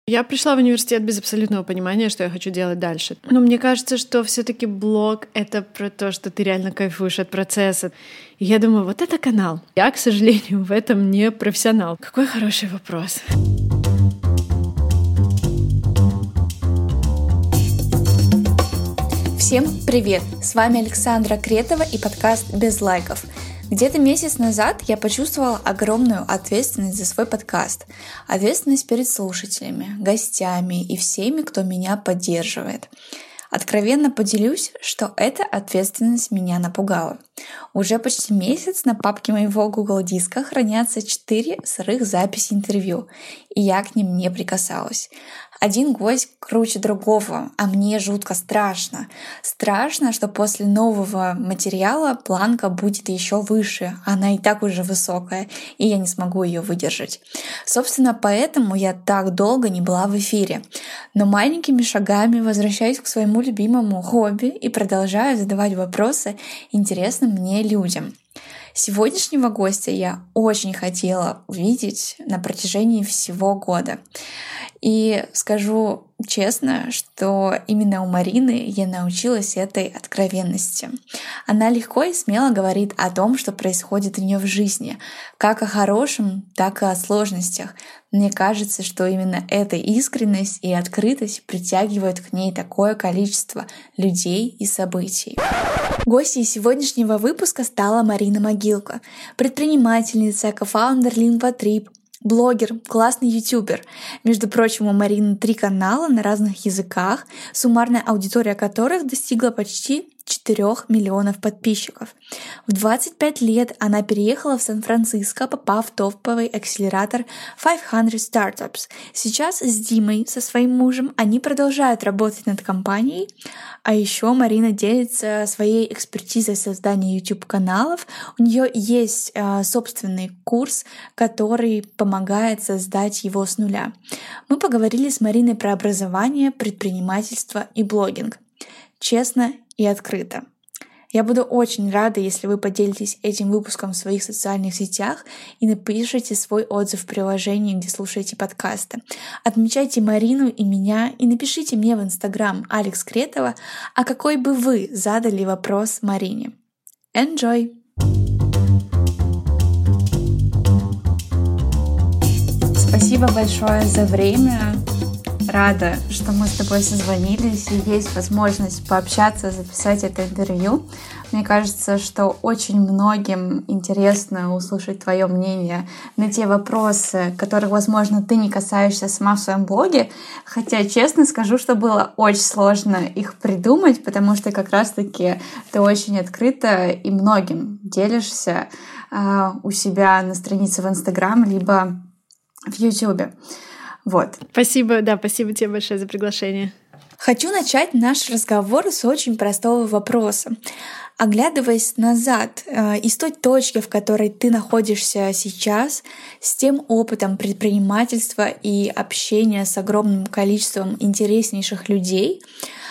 Я пришла в университет без абсолютного понимания, что я хочу делать дальше. Но мне кажется, что все-таки блог — это про то, что ты реально кайфуешь от процесса. И я думаю, вот это канал. Я, к сожалению, в этом не профессионал. Какой хороший вопрос. Всем привет! С вами Александра Кретова и подкаст «Без лайков». Где-то месяц назад я почувствовала огромную ответственность за свой подкаст. Ответственность перед слушателями, гостями и всеми, кто меня поддерживает. Откровенно поделюсь, что эта ответственность меня напугала. Уже почти месяц на папке моего Google диска хранятся 4 сырых записи интервью, и я к ним не прикасалась. Один гость круче другого, а мне жутко страшно. Страшно, что после нового материала планка будет еще выше, она и так уже высокая, и я не смогу ее выдержать. Собственно, поэтому я так долго не была в эфире. Но маленькими шагами возвращаюсь к своему любимому хобби и продолжаю задавать вопросы интересным мне людям. Сегодняшнего гостя я очень хотела увидеть на протяжении всего года. И скажу честно, что именно у Марины я научилась этой откровенности. Она легко и смело говорит о том, что происходит у нее в жизни, как о хорошем, так и о сложностях. Мне кажется, что именно эта искренность и открытость притягивают к ней такое количество людей и событий. Гостьей сегодняшнего выпуска стала Марина Могилко, предпринимательница, кофаундер Линватрип, блогер, классный ютубер. Между прочим, у Марины 3 канала на разных языках, суммарная аудитория которых достигла почти 4 миллионов подписчиков. В 25 лет она переехала в Сан-Франциско, попав в топовый акселератор 500 Startups. Сейчас с Димой, со своим мужем, они продолжают работать над компанией. А еще Марина делится своей экспертизой создания YouTube-каналов. У нее есть собственный курс, который помогает создать его с нуля. Мы поговорили с Мариной про образование, предпринимательство и блогинг. Честно и открыто. Я буду очень рада, если вы поделитесь этим выпуском в своих социальных сетях и напишите свой отзыв в приложении, где слушаете подкасты. Отмечайте Марину и меня и напишите мне в Instagram Алекс Кретова, а какой бы вы задали вопрос Марине. Enjoy! Спасибо большое за время. Рада, что мы с тобой созвонились и есть возможность пообщаться, записать это интервью. Мне кажется, что очень многим интересно услышать твое мнение на те вопросы, которых, возможно, ты не касаешься сама в своем блоге. Хотя, честно скажу, что было очень сложно их придумать, потому что как раз-таки ты очень открыто и многим делишься у себя на странице в Инстаграм либо в Ютубе. Вот. Спасибо тебе большое за приглашение. Хочу начать наш разговор с очень простого вопроса. Оглядываясь назад, из той точки, в которой ты находишься сейчас, с тем опытом предпринимательства и общения с огромным количеством интереснейших людей,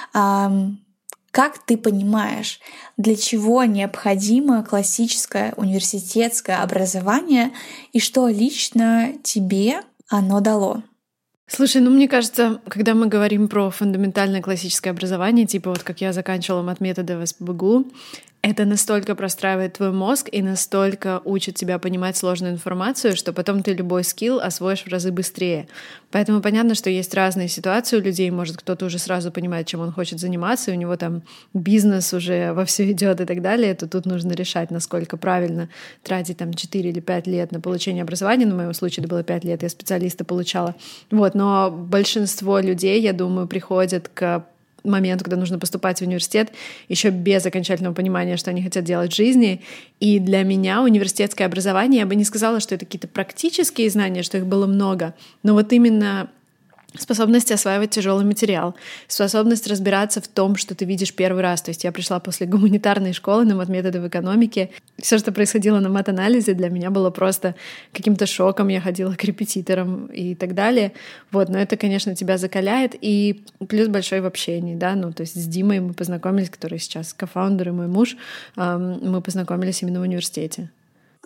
как ты понимаешь, для чего необходимо классическое университетское образование и что лично тебе оно дало? Слушай, мне кажется, когда мы говорим про фундаментальное классическое образование, типа вот как я заканчивала матметоды в СПбГУ, это настолько простраивает твой мозг и настолько учит тебя понимать сложную информацию, что потом ты любой скилл освоишь в разы быстрее. Поэтому понятно, что есть разные ситуации у людей. Может, кто-то уже сразу понимает, чем он хочет заниматься, и у него там бизнес уже вовсю идет и так далее, то тут нужно решать, насколько правильно тратить там 4 или 5 лет на получение образования. В моем случае это было 5 лет, я специалиста получала. Но большинство людей, я думаю, приходят к моменту, когда нужно поступать в университет, еще без окончательного понимания, что они хотят делать в жизни. И для меня университетское образование, я бы не сказала, что это какие-то практические знания, что их было много, но вот именно способность осваивать тяжелый материал, способность разбираться в том, что ты видишь первый раз. То есть я пришла после гуманитарной школы на матметоды в экономике. Все, что происходило на мат-анализе, для меня было просто каким-то шоком. Я ходила к репетиторам и так далее. Но это, конечно, тебя закаляет. И плюс большой в общении, да. То есть с Димой мы познакомились, который сейчас кофаундер и мой муж. Мы познакомились именно в университете.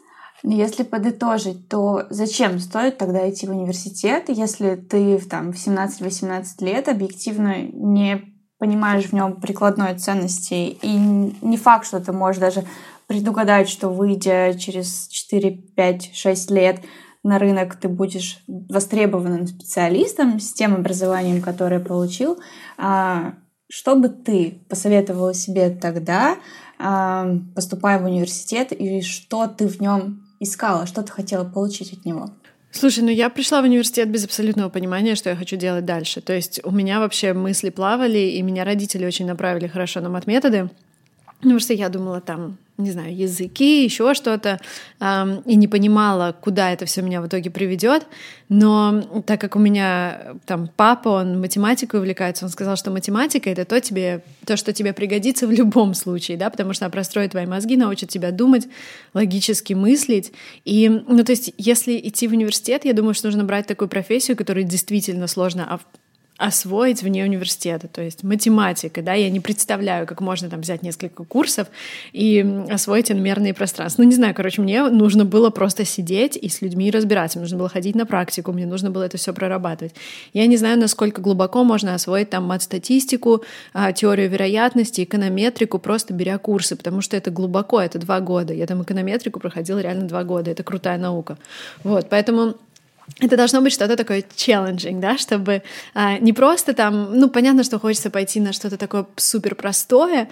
Если подытожить, то зачем стоит тогда идти в университет, если ты в 17-18 лет объективно не понимаешь в нем прикладной ценности, и не факт, что ты можешь даже предугадать, что, выйдя через 4, 5, 6 лет на рынок, ты будешь востребованным специалистом с тем образованием, которое получил. Что бы ты посоветовала себе тогда, поступая в университет, и что ты в нем искала, что ты хотела получить от него? Слушай, я пришла в университет без абсолютного понимания, что я хочу делать дальше. То есть у меня вообще мысли плавали, и меня родители очень направили хорошо на матметоды. Потому что я думала, не знаю, языки, еще что-то, и не понимала, куда это все меня в итоге приведет. Но так как у меня папа, он математикой увлекается, он сказал, что математика — это то, что тебе пригодится в любом случае, да, потому что она простроит твои мозги, научит тебя думать, логически мыслить. И, то есть, если идти в университет, я думаю, что нужно брать такую профессию, которую действительно сложно освоить вне университета, то есть математика, да, я не представляю, как можно взять несколько курсов и освоить иномерные пространства. Не знаю, мне нужно было просто сидеть и с людьми разбираться, мне нужно было ходить на практику, мне нужно было это все прорабатывать. Я не знаю, насколько глубоко можно освоить мат-статистику, теорию вероятности, эконометрику, просто беря курсы, потому что это глубоко, это 2 года. Я эконометрику проходила реально 2 года, это крутая наука. Поэтому это должно быть что-то такое challenging, да, чтобы не просто понятно, что хочется пойти на что-то такое супер простое,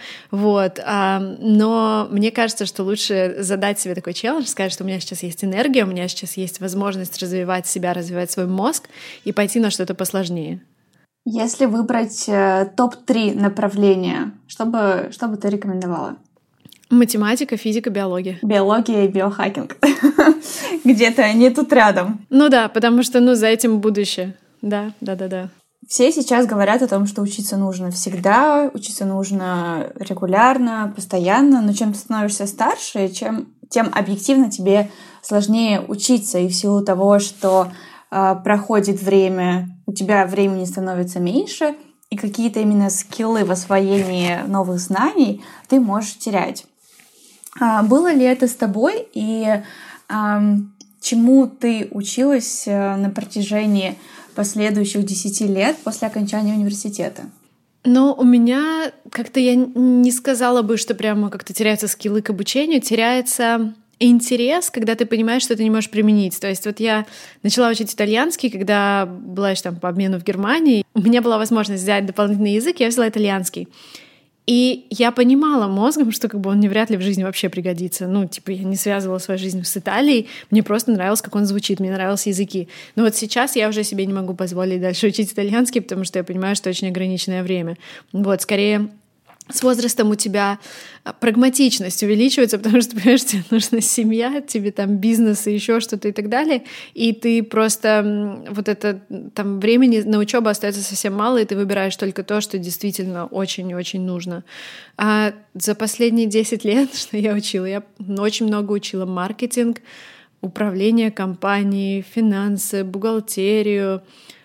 но мне кажется, что лучше задать себе такой челлендж, сказать, что у меня сейчас есть энергия, у меня сейчас есть возможность развивать себя, развивать свой мозг и пойти на что-то посложнее. Если выбрать топ-3 направления, что бы ты рекомендовала? Математика, физика, биология. Биология и биохакинг. Где-то они тут рядом. Да, потому что, за этим будущее. Да. Все сейчас говорят о том, что учиться нужно всегда, учиться нужно регулярно, постоянно, но чем ты становишься старше, тем объективно тебе сложнее учиться. И в силу того, что проходит время, у тебя времени становится меньше, и какие-то именно скиллы в освоении новых знаний ты можешь терять. Было ли это с тобой, и чему ты училась на протяжении последующих 10 лет после окончания университета? У меня я не сказала бы, что прямо как-то теряются скиллы к обучению, теряется интерес, когда ты понимаешь, что ты не можешь применить. То есть я начала учить итальянский, когда была еще по обмену в Германии. У меня была возможность взять дополнительный язык, я взяла итальянский. И я понимала мозгом, что он мне вряд ли в жизни вообще пригодится. Я не связывала свою жизнь с Италией, мне просто нравилось, как он звучит, мне нравились языки. Но сейчас я уже себе не могу позволить дальше учить итальянский, потому что я понимаю, что очень ограниченное время. Скорее с возрастом у тебя прагматичность увеличивается, потому что, понимаешь, тебе нужна семья, тебе бизнес и еще что-то и так далее, и ты просто времени на учебу остается совсем мало, и ты выбираешь только то, что действительно очень-очень нужно. А за последние 10 лет, что я учила, я очень много учила маркетинг, управление компанией, финансы, бухгалтерию,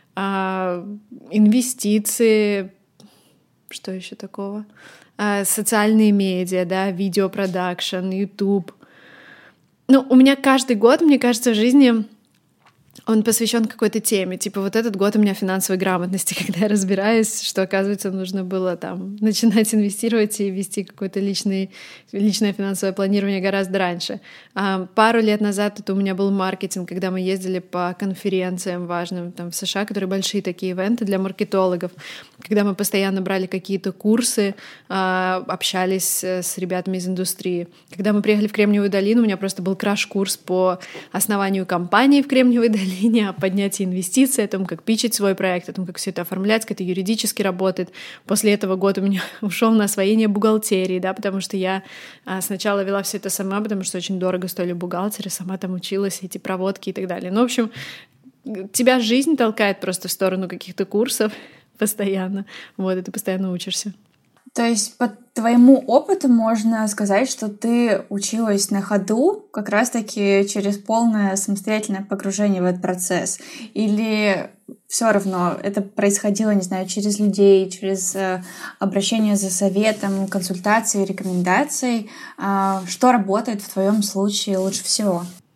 инвестиции. Что еще такого? Социальные медиа, да, видеопродакшн, YouTube. У меня каждый год, мне кажется, в жизни он посвящен какой-то теме. Этот год у меня финансовой грамотности, когда я разбираюсь, что, оказывается, нужно было начинать инвестировать и вести какое-то личное финансовое планирование гораздо раньше. Пару лет назад это у меня был маркетинг, когда мы ездили по конференциям важным в США, которые большие такие ивенты для маркетологов, когда мы постоянно брали какие-то курсы, общались с ребятами из индустрии. Когда мы приехали в Кремниевую долину, у меня просто был краш-курс по основанию компании в Кремниевой долине, о поднятии инвестиций, о том, как питчить свой проект, о том, как все это оформлять, как это юридически работает. После этого год у меня ушел на освоение бухгалтерии, да, потому что я сначала вела все это сама, потому что очень дорого стоили бухгалтеры, сама училась, эти проводки и так далее. В общем, тебя жизнь толкает просто в сторону каких-то курсов постоянно, и ты постоянно учишься. То есть по твоему опыту можно сказать, что ты училась на ходу как раз-таки через полное самостоятельное погружение в этот процесс? Или все равно это происходило, не знаю, через людей, через обращение за советом, консультацией, рекомендацией? Что работает в твоем случае лучше всего?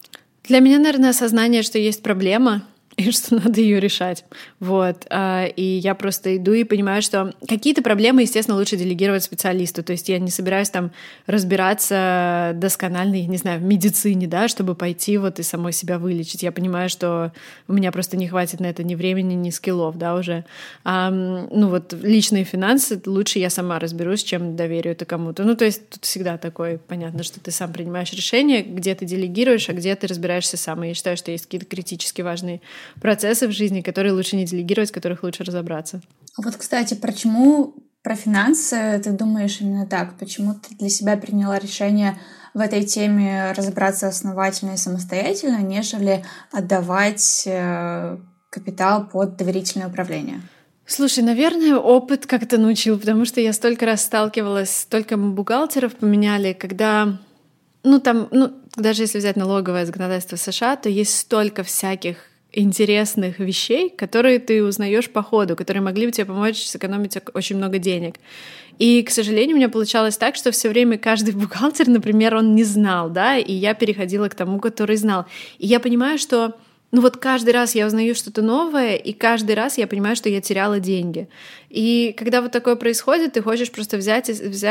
Для меня, наверное, осознание, что есть проблема, и что надо ее решать. Вот. И я просто иду и понимаю, что какие-то проблемы, естественно, лучше делегировать специалисту. То есть я не собираюсь там разбираться досконально, я не знаю, в медицине, да, чтобы пойти вот и самой себя вылечить. Я понимаю, что у меня просто не хватит на это ни времени, ни скиллов, да, уже. Ну вот личные финансы лучше я сама разберусь, чем доверю это кому-то. Ну то есть тут всегда такое, понятно, что ты сам принимаешь решение, где ты делегируешь, а где ты разбираешься сам. И я считаю, что есть какие-то критически важные процессы в жизни, которые лучше не делегировать, в которых лучше разобраться. Вот, кстати, почему про финансы ты думаешь именно так? Почему ты для себя приняла решение в этой теме разобраться основательно и самостоятельно, нежели отдавать капитал под доверительное управление? Слушай, наверное, опыт как-то научил, потому что я столько раз сталкивалась, столько бухгалтеров поменяли, когда, даже если взять налоговое законодательство США, то есть столько всяких интересных вещей, которые ты узнаешь по ходу, которые могли бы тебе помочь сэкономить очень много денег. И, к сожалению, у меня получалось так, что все время каждый бухгалтер, например, он не знал, да, и я переходила к тому, который знал. И я понимаю, что вот каждый раз я узнаю что-то новое, и каждый раз я понимаю, что я теряла деньги. И когда вот такое происходит, ты хочешь просто взять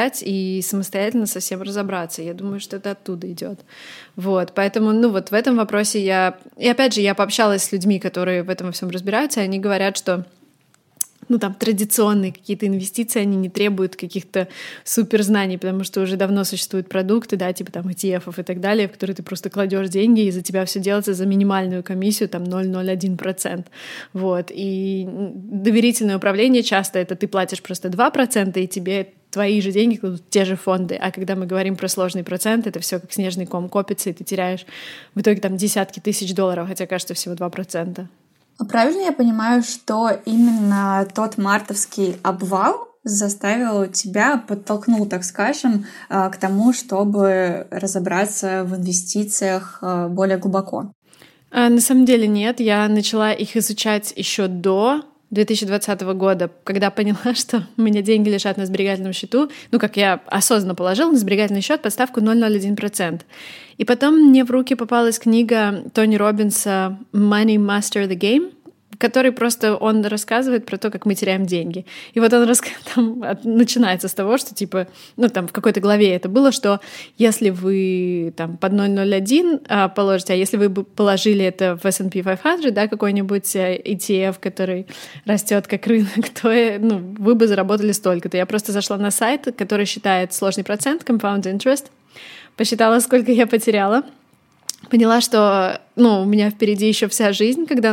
и самостоятельно со всем разобраться. Я думаю, что это оттуда идет. Вот, поэтому, вот в этом вопросе И опять же, я пообщалась с людьми, которые в этом во всем разбираются, и они говорят, что традиционные какие-то инвестиции, они не требуют каких-то суперзнаний, потому что уже давно существуют продукты, да, типа там ETF и так далее, в которые ты просто кладешь деньги, и за тебя все делается за минимальную комиссию, там 0,01%. Вот. И доверительное управление часто это ты платишь просто 2%, и тебе твои же деньги кладут в те же фонды. А когда мы говорим про сложный процент, это все как снежный ком копится, и ты теряешь в итоге там десятки тысяч долларов, хотя кажется всего 2%. Правильно я понимаю, что именно тот мартовский обвал заставил тебя, подтолкнул, так скажем, к тому, чтобы разобраться в инвестициях более глубоко? На самом деле нет. Я начала их изучать еще до 2020 года, когда поняла, что у меня деньги лежат на сберегательном счету, как я осознанно положила на сберегательный счет под ставку 0,01%. И потом мне в руки попалась книга Тони Роббинса «Money Master the Game», который просто он рассказывает про то, как мы теряем деньги. И вот он там начинается с того, что там в какой-то главе это было, что если вы там под 0,01 положите, а если вы бы положили это в S&P 500, да, какой-нибудь ETF, который растет как рынок, то вы бы заработали столько-то. Я просто зашла на сайт, который считает сложный процент, compound interest, посчитала, сколько я потеряла, поняла, что у меня впереди еще вся жизнь, когда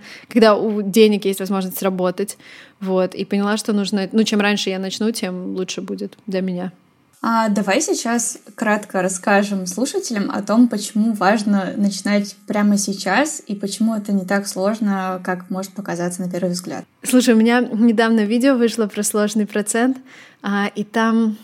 у денег есть возможность работать. Вот, и поняла, что нужно, чем раньше я начну, тем лучше будет для меня. Давай сейчас кратко расскажем слушателям о том, почему важно начинать прямо сейчас и почему это не так сложно, как может показаться на первый взгляд. Слушай, у меня недавно видео вышло про сложный процент, и там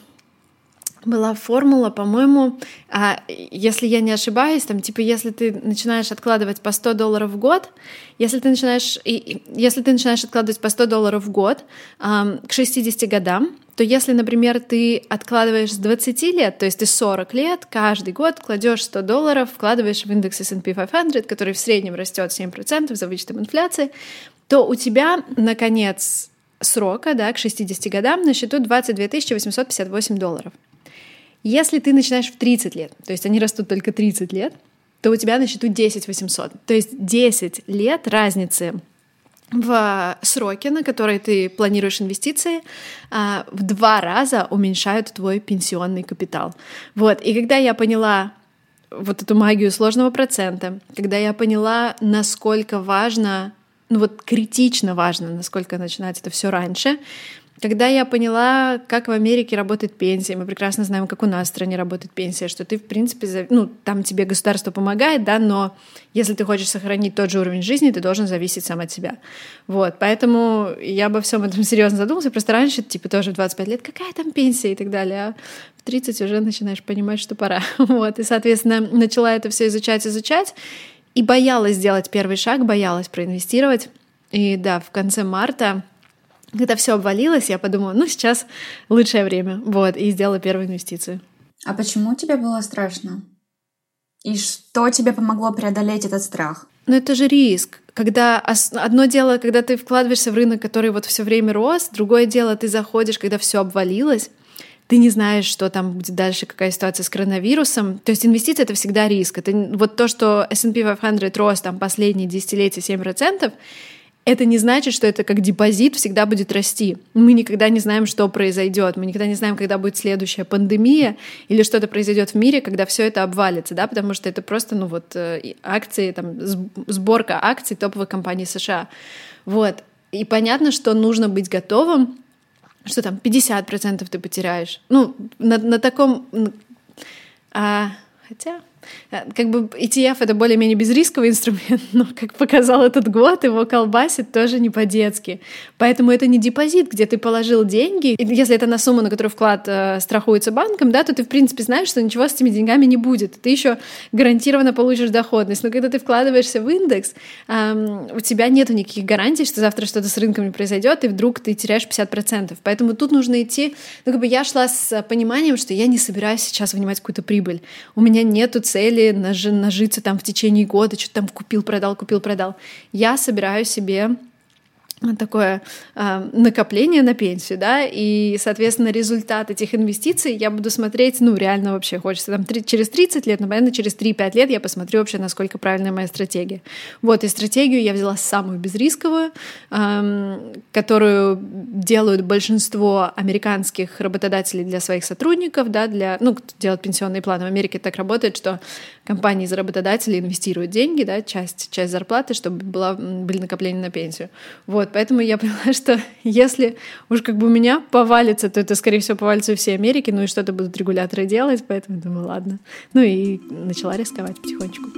была формула, по-моему, если я не ошибаюсь, если ты начинаешь откладывать по $100 в год, если ты начинаешь откладывать по $100 в год к 60 годам, то если, например, ты откладываешь с 20 лет, то есть ты 40 лет, каждый год кладешь $100, вкладываешь в индекс S&P 500, который в среднем растет 7% за вычетом инфляции, то у тебя на конец срока, да, к 60 годам на счету $22 858. Если ты начинаешь в 30 лет, то есть они растут только 30 лет, то у тебя на счету 10 800. То есть 10 лет разницы в сроке, на который ты планируешь инвестиции, в 2 раза уменьшают твой пенсионный капитал. Вот. И когда я поняла вот эту магию сложного процента, когда я поняла, насколько важно, критично важно, насколько начинать это все раньше, когда я поняла, как в Америке работает пенсия, мы прекрасно знаем, как у нас в стране работает пенсия, что ты, в принципе, там тебе государство помогает, да, но если ты хочешь сохранить тот же уровень жизни, ты должен зависеть сам от себя. Вот, поэтому я обо всем этом серьезно задумалась, просто раньше, тоже в 25 лет, какая там пенсия и так далее, а в 30 уже начинаешь понимать, что пора. Вот, и, соответственно, начала это все изучать, и боялась сделать первый шаг, боялась проинвестировать. И да, в конце марта, когда все обвалилось, я подумала, сейчас лучшее время. Вот, и сделала первую инвестицию. А почему тебе было страшно? И что тебе помогло преодолеть этот страх? Но это же риск. Когда одно дело, когда ты вкладываешься в рынок, который вот все время рос, другое дело, ты заходишь, когда все обвалилось, ты не знаешь, что там будет дальше, какая ситуация с коронавирусом. То есть инвестиции — это всегда риск. Это вот то, что S&P 500 рос там последние десятилетия 7%, это не значит, что это как депозит всегда будет расти. Мы никогда не знаем, что произойдет. Мы никогда не знаем, когда будет следующая пандемия или что-то произойдет в мире, когда все это обвалится, да, потому что это просто, акции, там, сборка акций топовых компаний США. Вот. И понятно, что нужно быть готовым, что там 50% ты потеряешь. На таком... Хотя... Как бы ETF — это более-менее безрисковый инструмент, но, как показал этот год, его колбасит тоже не по-детски. Поэтому это не депозит, где ты положил деньги. И если это на сумму, на которую вклад страхуется банком, да, то ты, в принципе, знаешь, что ничего с этими деньгами не будет. Ты еще гарантированно получишь доходность. Но когда ты вкладываешься в индекс, у тебя нету никаких гарантий, что завтра что-то с рынком не произойдет, и вдруг ты теряешь 50%. Поэтому тут нужно идти... я шла с пониманием, что я не собираюсь сейчас вынимать какую-то прибыль. У меня нету цели нажиться там в течение года, что-то там купил, продал. Я собираю себе такое накопление на пенсию, да, и, соответственно, результат этих инвестиций я буду смотреть, реально вообще хочется там через 30 лет, но, понятно, через 3-5 лет я посмотрю вообще, насколько правильная моя стратегия. Вот, и стратегию я взяла самую безрисковую, которую делают большинство американских работодателей для своих сотрудников, да, кто делает пенсионные планы. В Америке так работает, что компании из работодателей инвестируют деньги, да, часть зарплаты, чтобы были накопления на пенсию. Вот, поэтому я поняла, что если уж у меня повалится, то это, скорее всего, повалится у всей Америки, и что-то будут регуляторы делать, поэтому думаю, ладно. И начала рисковать потихонечку.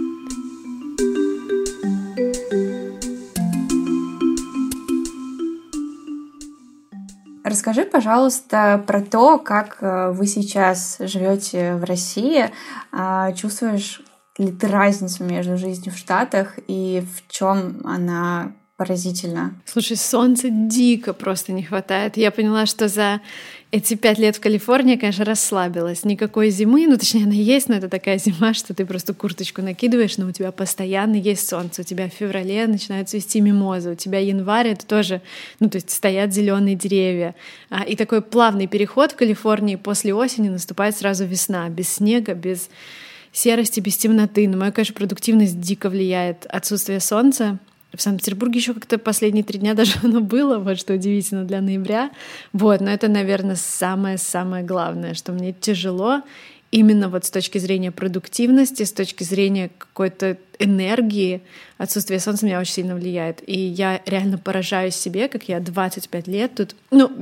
Расскажи, пожалуйста, про то, как вы сейчас живете в России. Чувствуешь ли ты разницу между жизнью в Штатах и в чем она поразительна? Слушай, солнца дико просто не хватает. Я поняла, что за эти 5 лет в Калифорнии, конечно, расслабилась. Никакой зимы, точнее, она есть, но это такая зима, что ты просто курточку накидываешь, но у тебя постоянно есть солнце. У тебя в феврале начинают цвести мимозы, у тебя январь — это тоже, то есть стоят зеленые деревья. И такой плавный переход в Калифорнии после осени наступает сразу весна, без снега, без серости, без темноты. На мою, конечно, продуктивность дико влияет отсутствие солнца. В Санкт-Петербурге еще как-то последние 3 дня даже оно было, вот что удивительно для ноября. Но это, наверное, самое-самое главное, что мне тяжело именно вот с точки зрения продуктивности, с точки зрения какой-то энергии. Отсутствие солнца меня очень сильно влияет. И я реально поражаюсь себе, как я 25 лет тут...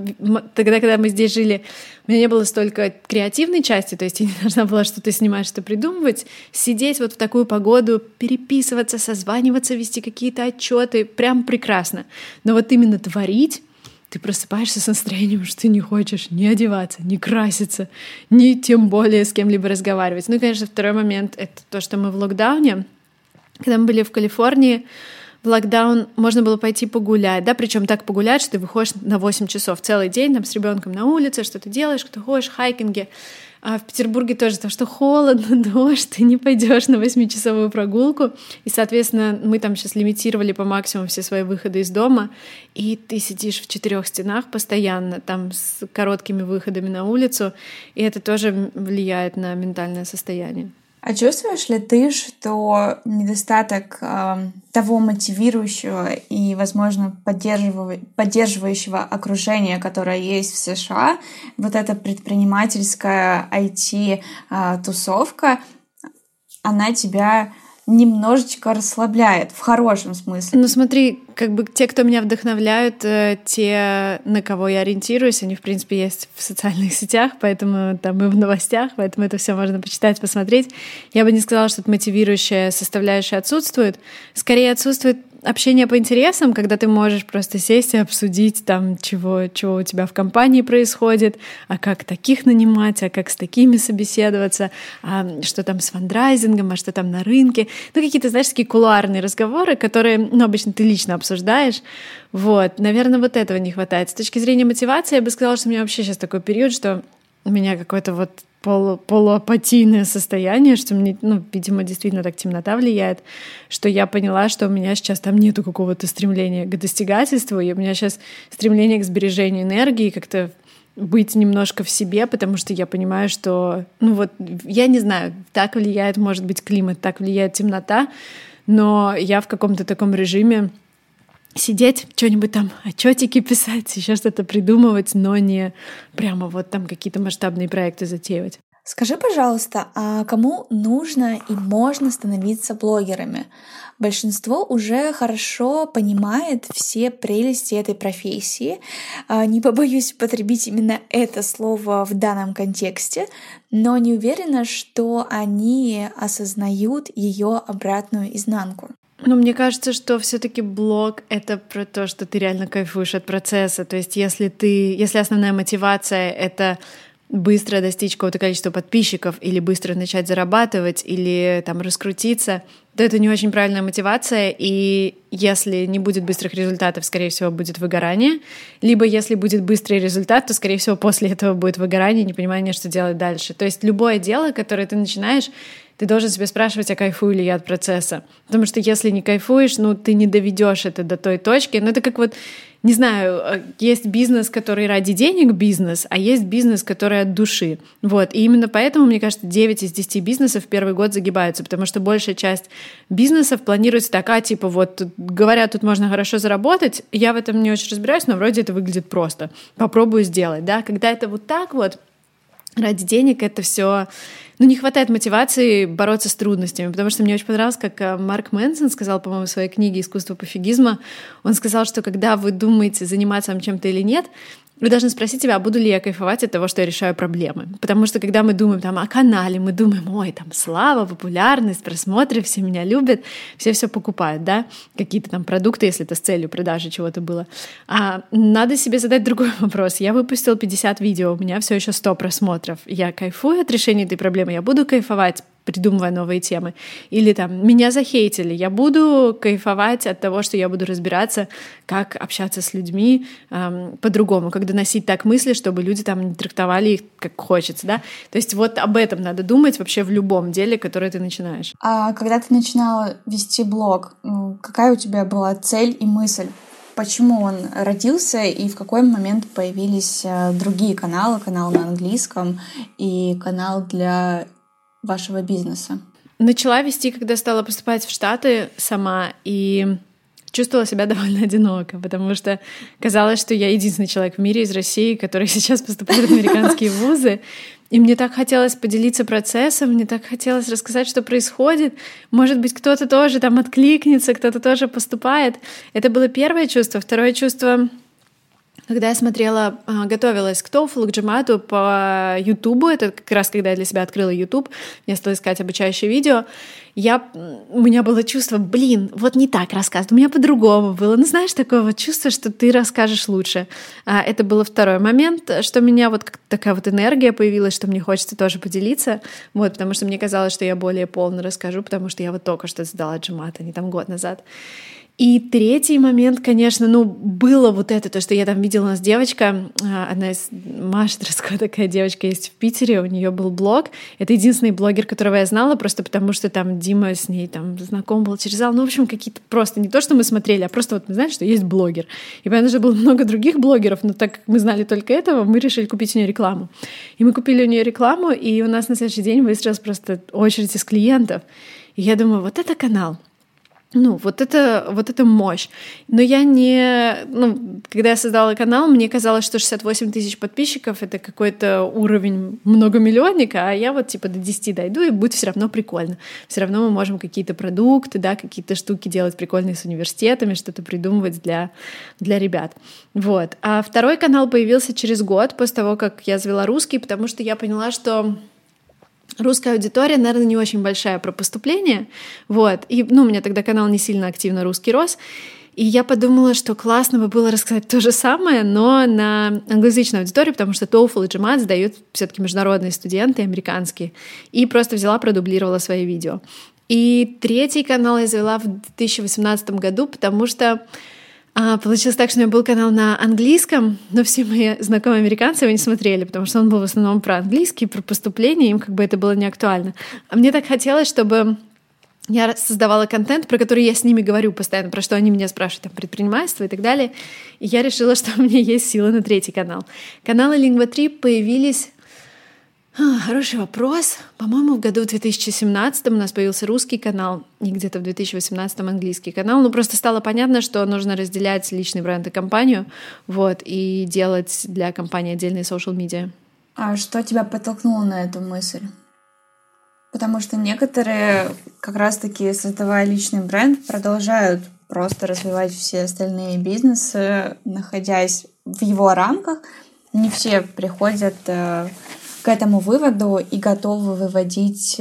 тогда, когда мы здесь жили, у меня не было столько креативной части, то есть я не должна была что-то снимать, что придумывать. Сидеть вот в такую погоду, переписываться, созваниваться, вести какие-то отчеты, прям прекрасно. Но вот именно творить, ты просыпаешься с настроением, что ты не хочешь ни одеваться, ни краситься, ни тем более с кем-либо разговаривать. И, конечно, второй момент — это то, что мы в локдауне. Когда мы были в Калифорнии, в локдаун можно было пойти погулять, да, причем так погулять, что ты выходишь на 8 часов целый день там с ребенком на улице, что ты делаешь, что ходишь, хайкинги. А в Петербурге тоже то, что холодно, дождь, ты не пойдешь на 8-часовую прогулку. И, соответственно, мы там сейчас лимитировали по максимуму все свои выходы из дома, и ты сидишь в 4 стенах постоянно, там с короткими выходами на улицу, и это тоже влияет на ментальное состояние. А чувствуешь ли ты, что недостаток того мотивирующего и, возможно, поддерживающего окружения, которое есть в США, вот эта предпринимательская IT-тусовка, она тебя немножечко расслабляет, в хорошем смысле? Смотри, те, кто меня вдохновляют, те, на кого я ориентируюсь, они, в принципе, есть в социальных сетях, поэтому там и в новостях, поэтому это все можно почитать, посмотреть. Я бы не сказала, что мотивирующая составляющая отсутствует. Скорее отсутствует общение по интересам, когда ты можешь просто сесть и обсудить там, чего у тебя в компании происходит, а как таких нанимать, а как с такими собеседоваться, а что там с фандрайзингом, а что там на рынке. Какие-то, знаешь, такие кулуарные разговоры, которые, обычно ты лично обсуждаешь. Наверное, вот этого не хватает. С точки зрения мотивации, я бы сказала, что у меня вообще сейчас такой период, что у меня какой-то полуапатийное состояние, что мне, видимо, действительно так темнота влияет, что я поняла, что у меня сейчас там нету какого-то стремления к достигательству, и у меня сейчас стремление к сбережению энергии, как-то быть немножко в себе, потому что я понимаю, что, я не знаю, так влияет, может быть, климат, так влияет темнота, но я в каком-то таком режиме сидеть, что-нибудь там, отчетики писать, еще что-то придумывать, но не прямо вот там какие-то масштабные проекты затеивать. Скажи, пожалуйста, а кому нужно и можно становиться блогерами? Большинство уже хорошо понимает все прелести этой профессии. Не побоюсь употребить именно это слово в данном контексте, но не уверена, что они осознают ее обратную изнанку. Мне кажется, что все-таки блог — это про то, что ты реально кайфуешь от процесса. То есть если основная мотивация — это быстро достичь какого-то количества подписчиков или быстро начать зарабатывать или там раскрутиться, то это не очень правильная мотивация, и если не будет быстрых результатов, скорее всего, будет выгорание, либо если будет быстрый результат, то, скорее всего, после этого будет выгорание, непонимание, что делать дальше. То есть любое дело, которое ты начинаешь, ты должен себя спрашивать, а кайфую ли я от процесса. Потому что если не кайфуешь, ты не доведешь это до той точки. Это как не знаю, есть бизнес, который ради денег бизнес, а есть бизнес, который от души. И именно поэтому, мне кажется, 9 из 10 бизнесов в первый год загибаются, потому что большая часть бизнесов планируется так, говорят, тут можно хорошо заработать, я в этом не очень разбираюсь, но вроде это выглядит просто. Попробую сделать, да. Когда это так ради денег, это все... не хватает мотивации бороться с трудностями, потому что мне очень понравилось, как Марк Мэнсон сказал, по-моему, в своей книге «Искусство пофигизма», он сказал, что когда вы думаете, заниматься вам чем-то или нет, вы должны спросить себя, буду ли я кайфовать от того, что я решаю проблемы. Потому что когда мы думаем о канале, мы думаем, слава, популярность, просмотры, все меня любят, все покупают, да, какие-то там продукты, если это с целью продажи чего-то было. А надо себе задать другой вопрос. Я выпустил 50 видео, у меня все еще 100 просмотров. Я кайфую от решения этой проблемы, я буду кайфовать, придумывая новые темы. Или меня захейтили, я буду кайфовать от того, что я буду разбираться, как общаться с людьми по-другому, как доносить так мысли, чтобы люди не трактовали их как хочется, да. То есть об этом надо думать вообще в любом деле, которое ты начинаешь. А когда ты начинала вести блог, какая у тебя была цель и мысль? Почему он родился и в какой момент появились другие канал на английском и канал для вашего бизнеса? Начала вести, когда стала поступать в Штаты сама, и чувствовала себя довольно одиноко, потому что казалось, что я единственный человек в мире из России, который сейчас поступает в американские вузы. И мне так хотелось поделиться процессом, мне так хотелось рассказать, что происходит. Может быть, кто-то тоже откликнется, кто-то тоже поступает. Это было первое чувство. Второе чувство... Когда я готовилась к TOEFL, к GMAT по YouTube, это как раз когда я для себя открыла YouTube, я стала искать обучающее видео, у меня было чувство, не так рассказывать, у меня по-другому было. Знаешь, такое чувство, что ты расскажешь лучше. Это был второй момент, что у меня такая энергия появилась, что мне хочется тоже поделиться, потому что мне казалось, что я более полно расскажу, потому что я только что сдала GMAT, а не год назад. И третий момент, конечно, было то, что я видела, у нас девочка, одна из Маша Дроско, такая девочка есть в Питере, у нее был блог. Это единственный блогер, которого я знала, просто потому что Дима с ней знаком был через зал. В общем, какие-то просто не то, что мы смотрели, а просто мы знали, что есть блогер. И понятно, что было много других блогеров, но так как мы знали только этого, мы решили купить у нее рекламу. И мы купили у нее рекламу, и у нас на следующий день выстроилась просто очередь из клиентов. И я думаю, это канал. Это мощь. Но я когда я создала канал, мне казалось, что 68 тысяч подписчиков — это какой-то уровень многомиллионника, а я до 10 дойду, и будет все равно прикольно. Все равно мы можем какие-то продукты, да, какие-то штуки делать прикольные с университетами, что-то придумывать для ребят. А второй канал появился через год после того, как я завела русский, потому что я поняла, что русская аудитория, наверное, не очень большая про поступление. И, у меня тогда канал не сильно активно русский рос. И я подумала, что классно бы было рассказать то же самое, но на англоязычной аудитории, потому что TOEFL и GMAT сдают все-таки международные студенты, американские. И просто продублировала свои видео. И третий канал я завела в 2018 году, потому что Получилось так, что у меня был канал на английском, но все мои знакомые американцы его не смотрели, потому что он был в основном про английский, про поступление, им как бы это было не актуально. А мне так хотелось, чтобы я создавала контент, про который я с ними говорю постоянно, про что они меня спрашивают, там, предпринимательство и так далее. И я решила, что у меня есть сила на третий канал. Каналы Lingua3 появились... Хороший вопрос. По-моему, в году 2017 у нас появился русский канал, и где-то в 2018 английский канал. Ну, просто стало понятно, что нужно разделять личный бренд и компанию, вот, и делать для компании отдельные social-медиа. А что тебя подтолкнуло на эту мысль? Потому что некоторые, как раз-таки создавая личный бренд, продолжают просто развивать все остальные бизнесы, находясь в его рамках. Не все приходят к этому выводу и готовы выводить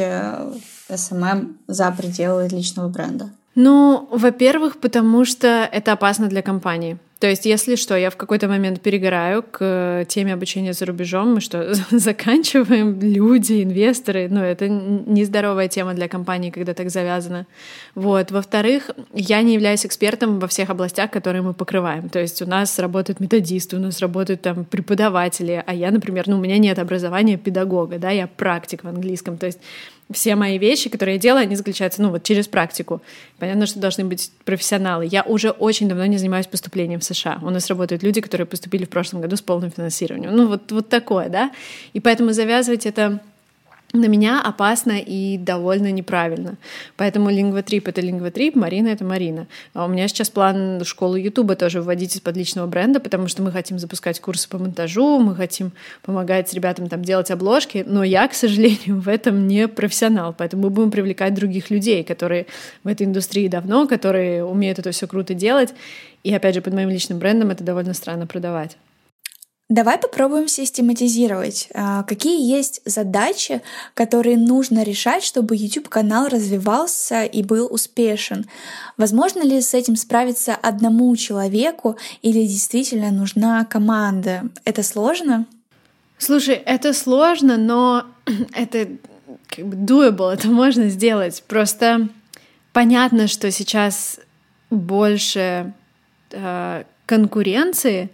SMM за пределы личного бренда. Ну, во-первых, потому что это опасно для компании. То есть, если что, я в какой-то момент перегораю к теме обучения за рубежом, мы что, заканчиваем, люди, инвесторы, ну, это нездоровая тема для компании, когда так завязано. Вот. Во-вторых, я не являюсь экспертом во всех областях, которые мы покрываем. То есть у нас работают методисты, у нас работают там преподаватели, а я, например, у меня нет образования педагога, да, я практик в английском, то есть все мои вещи, которые я делаю, они заключаются, через практику. Понятно, что должны быть профессионалы. Я уже очень давно не занимаюсь поступлением в США. У нас работают люди, которые поступили в прошлом году с полным финансированием. Вот такое, да? И поэтому завязывать это на меня опасно и довольно неправильно. Поэтому Lingua3 — это Lingua3, Марина — это Марина. А у меня сейчас план школу Ютуба тоже вводить из-под личного бренда, потому что мы хотим запускать курсы по монтажу, мы хотим помогать ребятам там делать обложки, но я, к сожалению, в этом не профессионал, поэтому мы будем привлекать других людей, которые в этой индустрии давно, которые умеют это все круто делать, и опять же под моим личным брендом это довольно странно продавать. Давай попробуем систематизировать. Какие есть задачи, которые нужно решать, чтобы YouTube-канал развивался и был успешен? Возможно ли с этим справиться одному человеку или действительно нужна команда? Это сложно? Слушай, это сложно, но это как бы doable, это можно сделать. Просто понятно, что сейчас больше конкуренции,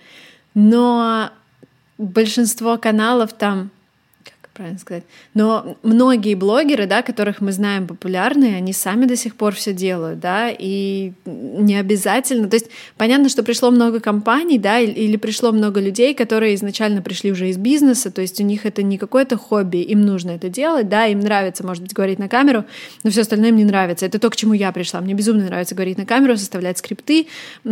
но большинство каналов там, как правильно сказать, но многие блогеры, да, которых мы знаем популярные, они сами до сих пор все делают, да, и не обязательно, то есть понятно, что пришло много компаний, да, или пришло много людей, которые изначально пришли уже из бизнеса, то есть у них это не какое-то хобби, им нужно это делать, да, им нравится, может быть, говорить на камеру, но все остальное им не нравится. Это то, к чему я пришла. Мне безумно нравится говорить на камеру, составлять скрипты,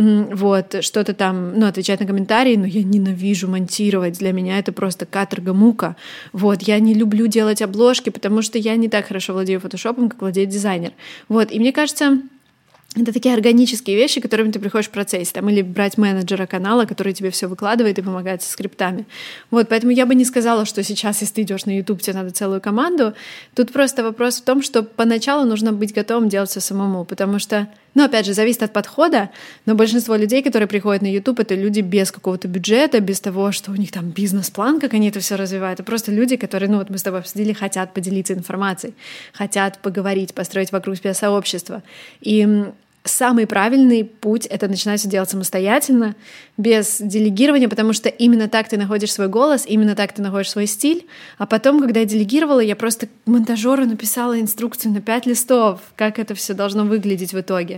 вот, что-то там, отвечать на комментарии, но я ненавижу монтировать, для меня это просто каторга, мука, вот, я не люблю делать обложки, потому что я не так хорошо владею фотошопом, как владеет дизайнер. Вот. И мне кажется, это такие органические вещи, к которым ты приходишь в процессе, там, или брать менеджера канала, который тебе все выкладывает и помогает со скриптами. Вот, поэтому я бы не сказала, что сейчас, если ты идешь на YouTube, тебе надо целую команду. Тут просто вопрос в том, что поначалу нужно быть готовым делать все самому, потому что, опять же, зависит от подхода, но большинство людей, которые приходят на YouTube, это люди без какого-то бюджета, без того, что у них там бизнес-план, как они это все развивают. Это просто люди, которые, мы с тобой обсудили, хотят поделиться информацией, хотят поговорить, построить вокруг себя сообщество. И самый правильный путь — это начинать все делать самостоятельно, без делегирования, потому что именно так ты находишь свой голос, именно так ты находишь свой стиль. А потом, когда я делегировала, я просто монтажеру написала инструкцию на 5 листов, как это все должно выглядеть в итоге.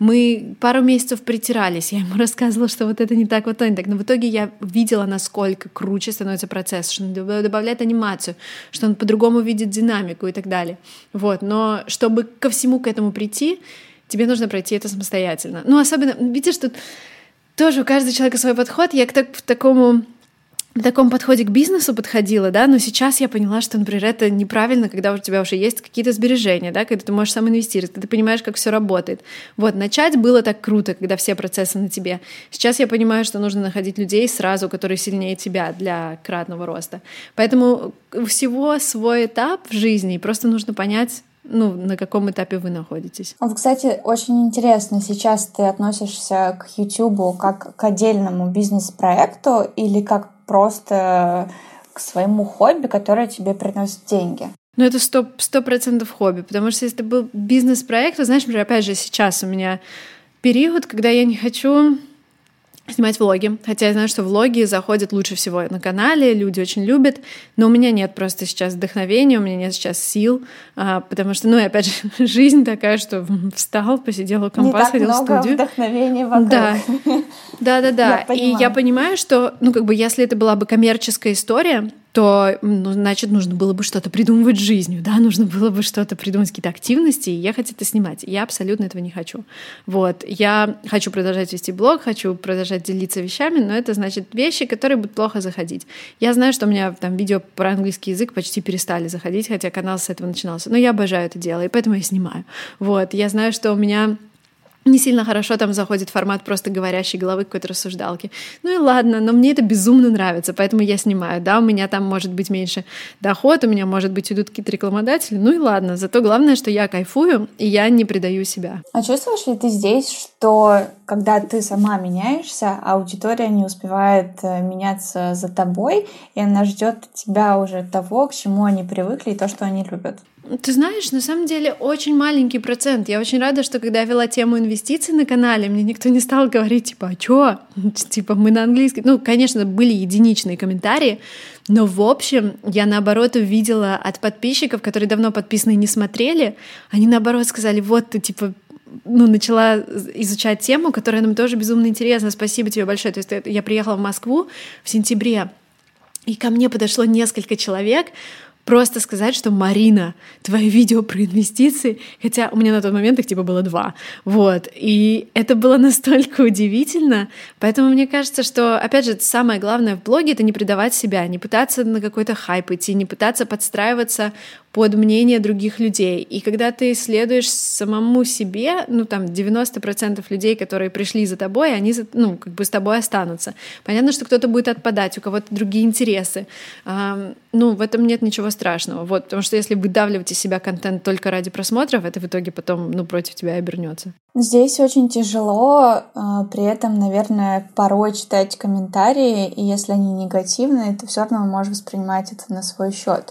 Мы пару месяцев притирались, я ему рассказывала, что вот это не так, вот то не так. Но в итоге я видела, насколько круче становится процесс, что он добавляет анимацию, что он по-другому видит динамику и так далее. Вот. Но чтобы ко всему к этому прийти, тебе нужно пройти это самостоятельно. Особенно, видишь, тут тоже у каждого человека свой подход. Я в таком подходе к бизнесу подходила, да, но сейчас я поняла, что, например, это неправильно, когда у тебя уже есть какие-то сбережения, да, когда ты можешь сам инвестировать, когда ты понимаешь, как все работает. Вот, начать было так круто, когда все процессы на тебе. Сейчас я понимаю, что нужно находить людей сразу, которые сильнее тебя для кратного роста. Поэтому у всего свой этап в жизни, и просто нужно понять, на каком этапе вы находитесь. Вот, кстати, очень интересно, сейчас ты относишься к YouTube как к отдельному бизнес-проекту или как просто к своему хобби, которое тебе приносит деньги? Это 100% хобби, потому что если это был бизнес-проект, то, знаешь, например, опять же, сейчас у меня период, когда я не хочу снимать влоги, хотя я знаю, что влоги заходят лучше всего на канале, люди очень любят, но у меня нет просто сейчас вдохновения, у меня нет сейчас сил, потому что, ну и опять же, жизнь такая, что встал, посидел у компа, сходил в студию. Не так много вдохновения вокруг. Да. И я понимаю, что, ну как бы, если это была бы коммерческая история, то, ну, значит, нужно было бы что-то придумывать жизнью, да, нужно было бы что-то придумать, какие-то активности, и ехать это снимать. Я абсолютно этого не хочу. Вот. Я хочу продолжать вести блог, хочу продолжать делиться вещами, но это значит вещи, которые будут плохо заходить. Я знаю, что у меня там видео про английский язык почти перестали заходить, хотя канал с этого начинался, но я обожаю это дело, и поэтому я снимаю. Вот. Я знаю, что у меня не сильно хорошо там заходит формат просто говорящей головы какой-то рассуждалки. Ну и ладно, но мне это безумно нравится, поэтому я снимаю. Да, у меня там может быть меньше доход, у меня, может быть, идут какие-то рекламодатели. Ну и ладно, зато главное, что я кайфую, и я не предаю себя. А чувствуешь ли ты здесь, что когда ты сама меняешься, аудитория не успевает меняться за тобой, и она ждет от тебя уже того, к чему они привыкли, и то, что они любят? Ты знаешь, на самом деле очень маленький процент. Я очень рада, что когда я вела тему инвестиций на канале, мне никто не стал говорить, типа, а чё? Типа, мы на английском... Ну, конечно, были единичные комментарии, но в общем я, наоборот, увидела от подписчиков, которые давно подписаны и не смотрели, они, наоборот, сказали, вот ты, типа, ну, начала изучать тему, которая нам тоже безумно интересна. Спасибо тебе большое. То есть я приехала в Москву в сентябре, и ко мне подошло несколько человек, просто сказать, что Марина, твои видео про инвестиции, хотя у меня на тот момент их типа было 2, вот, и это было настолько удивительно, поэтому мне кажется, что, опять же, самое главное в блоге — это не предавать себя, не пытаться на какой-то хайп идти, не пытаться подстраиваться под мнение других людей. И когда ты следуешь самому себе, ну, там, 90% людей, которые пришли за тобой, они, ну, как бы с тобой останутся. Понятно, что кто-то будет отпадать, у кого-то другие интересы. Ну, в этом нет ничего страшного. Вот, потому что если выдавливать из себя контент только ради просмотров, это в итоге потом, ну, против тебя обернется. Здесь очень тяжело, при этом, наверное, порой читать комментарии, и если они негативные, ты все равно можешь воспринимать это на свой счет.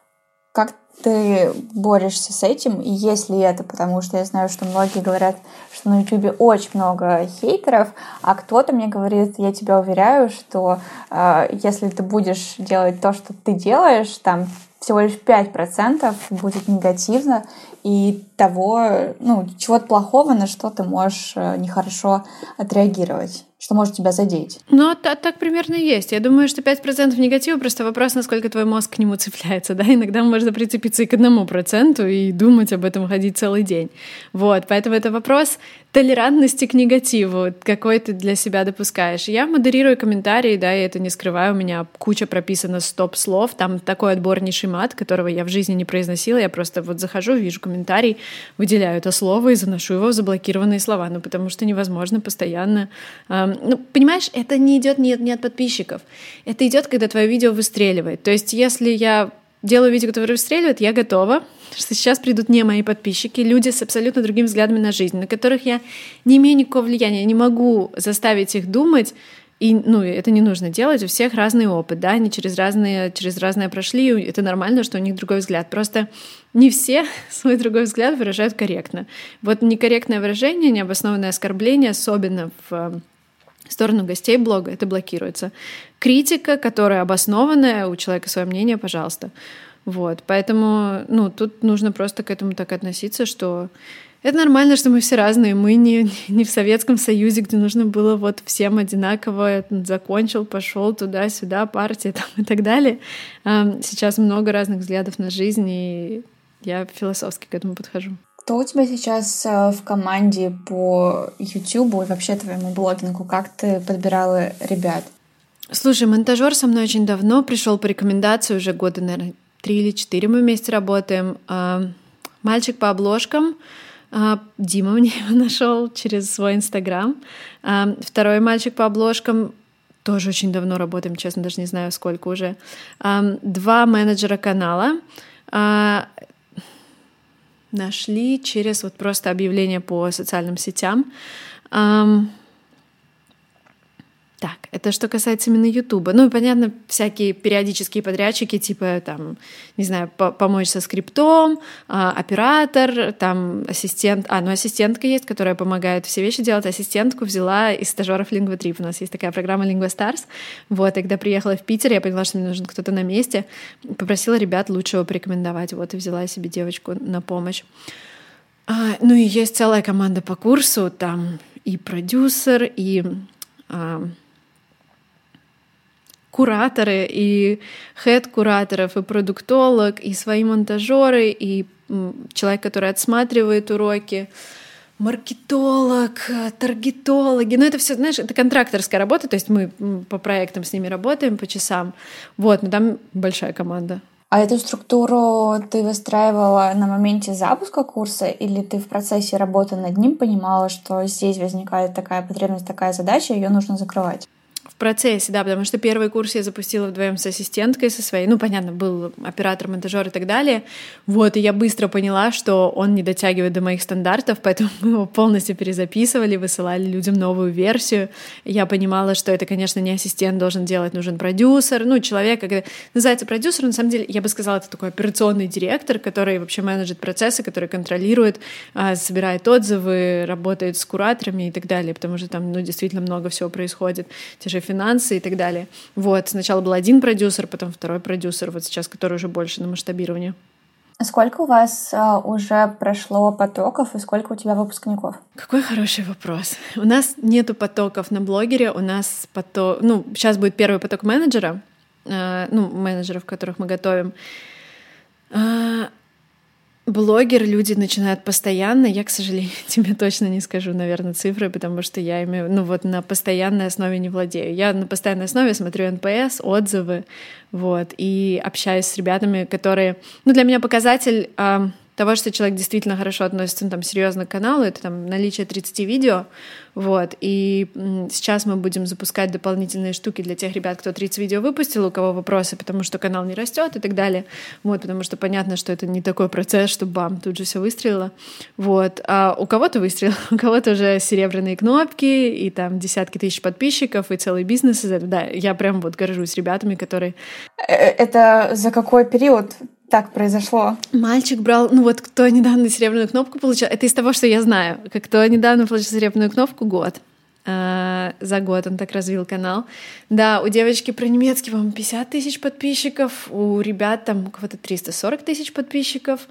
Как ты борешься с этим, и есть ли это, потому что я знаю, что многие говорят, что на YouTube очень много хейтеров, а кто-то мне говорит, я тебя уверяю, что если ты будешь делать то, что ты делаешь, там всего лишь 5% будет негативно, и того, ну, чего-то плохого, на что ты можешь нехорошо отреагировать, что может тебя задеть. Ну, так примерно и есть. Я думаю, что 5% негатива, просто вопрос, насколько твой мозг к нему цепляется, да, иногда можно прицепиться и к 1% и думать об этом, ходить целый день. Вот, поэтому это вопрос толерантности к негативу, какой ты для себя допускаешь. Я модерирую комментарии, да, и это не скрываю, у меня куча прописано стоп-слов, там такой отборнейший мат, которого я в жизни не произносила, я просто вот захожу, вижу комментарий, выделяю это слово и заношу его в заблокированные слова, ну, потому что невозможно постоянно... Ну, понимаешь, это не идет не от подписчиков, это идет, когда твое видео выстреливает. То есть если я делаю видео, которое выстреливает, я готова, что сейчас придут не мои подписчики, люди с абсолютно другими взглядами на жизнь, на которых я не имею никакого влияния, я не могу заставить их думать, и, ну, это не нужно делать, у всех разный опыт, да, они через разное прошли, это нормально, что у них другой взгляд, просто не все свой другой взгляд выражают корректно. Вот некорректное выражение, необоснованное оскорбление, особенно в сторону гостей блога, это блокируется. Критика, которая обоснованная, у человека свое мнение, пожалуйста. Вот, поэтому, ну, тут нужно просто к этому так относиться, что это нормально, что мы все разные, мы не в Советском Союзе, где нужно было вот всем одинаково, закончил, пошел туда-сюда, партия там и так далее. Сейчас много разных взглядов на жизнь, и я философски к этому подхожу. Кто у тебя сейчас в команде по YouTube и вообще твоему блогингу? Как ты подбирала ребят? Слушай, монтажер со мной очень давно пришел по рекомендации, уже года, наверное, 3 или 4 мы вместе работаем. Мальчик по обложкам, Дима мне его нашел через свой Инстаграм. Второй мальчик по обложкам, тоже очень давно работаем, честно, даже не знаю, сколько уже. 2 менеджера канала нашли через вот просто объявление по социальным сетям. Так, это что касается именно Ютуба. Ну и, понятно, всякие периодические подрядчики, типа, там, не знаю, помочь со скриптом, оператор, там, ассистент. Ну ассистентка есть, которая помогает все вещи делать. Ассистентку взяла из стажеров LinguaTrip. У нас есть такая программа LinguaStars. Вот, и когда приехала в Питер, я поняла, что мне нужен кто-то на месте. Попросила ребят лучшего порекомендовать. Вот, и взяла себе девочку на помощь. Ну и есть целая команда по курсу. Там и продюсер, и кураторы, и хед-кураторов, и продуктолог, и свои монтажеры, и человек, который отсматривает уроки, маркетолог, таргетологи. Ну, это все, знаешь, это контракторская работа, то есть мы по проектам с ними работаем, по часам. Вот, но там большая команда. А эту структуру ты выстраивала на моменте запуска курса, или ты в процессе работы над ним понимала, что здесь возникает такая потребность, такая задача, ее нужно закрывать? В процессе, да, потому что первый курс я запустила вдвоем с ассистенткой со своей, ну, понятно, был оператор, монтажер и так далее, вот, и я быстро поняла, что он не дотягивает до моих стандартов, поэтому мы его полностью перезаписывали, высылали людям новую версию. Я понимала, что это, конечно, не ассистент должен делать, нужен продюсер, ну, человек, когда называется продюсер, на самом деле, я бы сказала, это такой операционный директор, который вообще менеджит процессы, который контролирует, собирает отзывы, работает с кураторами и так далее, потому что там, ну, действительно много всего происходит, те же финансы и так далее. Вот, сначала был один продюсер, потом второй продюсер, вот сейчас, который уже больше на масштабировании. Сколько у вас уже прошло потоков и сколько у тебя выпускников? Какой хороший вопрос. У нас нету потоков на блогере, у нас сейчас будет первый поток менеджера, менеджеров, которых мы готовим. Блогер люди начинают постоянно. Я, к сожалению, тебе точно не скажу, наверное, цифры, потому что я ими, на постоянной основе не владею. Я на постоянной основе смотрю НПС, отзывы, вот, и общаюсь с ребятами, которые... для меня показатель того, что человек действительно хорошо относится, там, серьезно к каналу, это там наличие 30 видео, вот, и сейчас мы будем запускать дополнительные штуки для тех ребят, кто 30 видео выпустил, у кого вопросы, потому что канал не растет и так далее, вот, потому что понятно, что это не такой процесс, что бам, тут же все выстрелило, вот, а у кого-то выстрелило, у кого-то уже серебряные кнопки, и там десятки тысяч подписчиков, и целый бизнес из этого, да, я прям вот горжусь ребятами, которые... Это за какой период так произошло? Мальчик брал, кто недавно серебряную кнопку получил, это из того, что я знаю. Кто недавно получил серебряную кнопку, год. За год он так развил канал. Да, у девочки про немецкий, по-моему, 50 тысяч подписчиков, у ребят там у кого-то 340 тысяч подписчиков.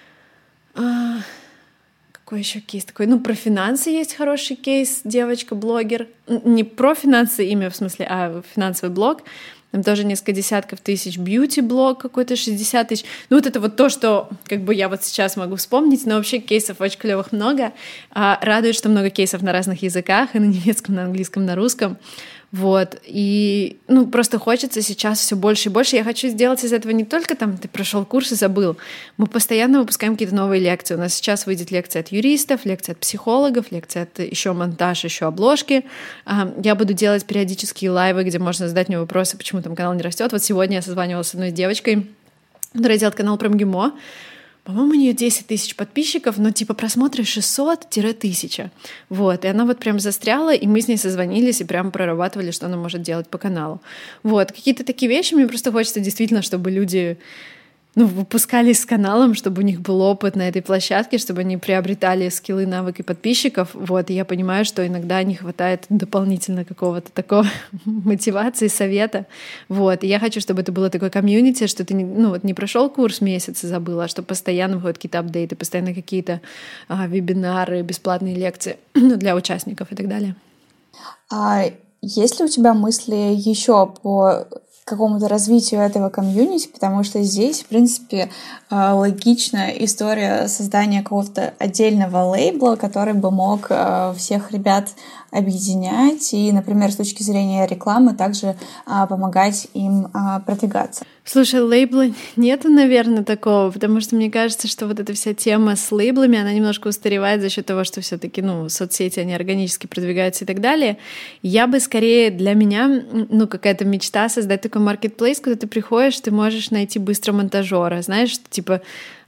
Какой еще кейс такой? Про финансы есть хороший кейс, девочка-блогер. Не про финансы имя, в смысле, а финансовый блог. Там тоже несколько десятков тысяч, бьюти-блог какой-то 60 тысяч. Это вот то, что я вот сейчас могу вспомнить, но вообще кейсов очень клевых много. Радует, что много кейсов на разных языках, и на немецком, на английском, на русском. Вот, и, просто хочется сейчас все больше и больше. Я хочу сделать из этого не только там ты прошел курс и забыл. Мы постоянно выпускаем какие-то новые лекции. У нас сейчас выйдет лекция от юристов, лекция от психологов, лекция от еще монтаж, еще обложки. Я буду делать периодические лайвы, где можно задать мне вопросы, почему там канал не растет. Вот сегодня я созванивалась с одной девочкой, которая делает канал про МГИМО. По-моему, у нее 10 тысяч подписчиков, но просмотры 600-1000. Вот, и она вот прям застряла, и мы с ней созвонились и прям прорабатывали, что она может делать по каналу. Вот, какие-то такие вещи, мне просто хочется действительно, чтобы люди выпускались с каналом, чтобы у них был опыт на этой площадке, чтобы они приобретали скиллы, навыки подписчиков. Вот, и я понимаю, что иногда не хватает дополнительно какого-то такого мотивации, совета. Вот, и я хочу, чтобы это было такое комьюнити, что ты не прошел курс месяц и забыл, а что постоянно выходят какие-то апдейты, постоянно какие-то вебинары, бесплатные лекции для участников и так далее. А есть ли у тебя мысли еще по какому-то развитию этого комьюнити, потому что здесь, в принципе, логичная история создания какого-то отдельного лейбла, который бы мог всех ребят объединять и, например, с точки зрения рекламы также помогать им продвигаться. Слушай, лейбла нету, наверное, такого, потому что мне кажется, что вот эта вся тема с лейблами, она немножко устаревает за счет того, что все-таки, соцсети, они органически продвигаются и так далее. Я бы скорее для меня, какая-то мечта создать такой маркетплейс, куда ты приходишь, ты можешь найти быстро монтажера, знаешь,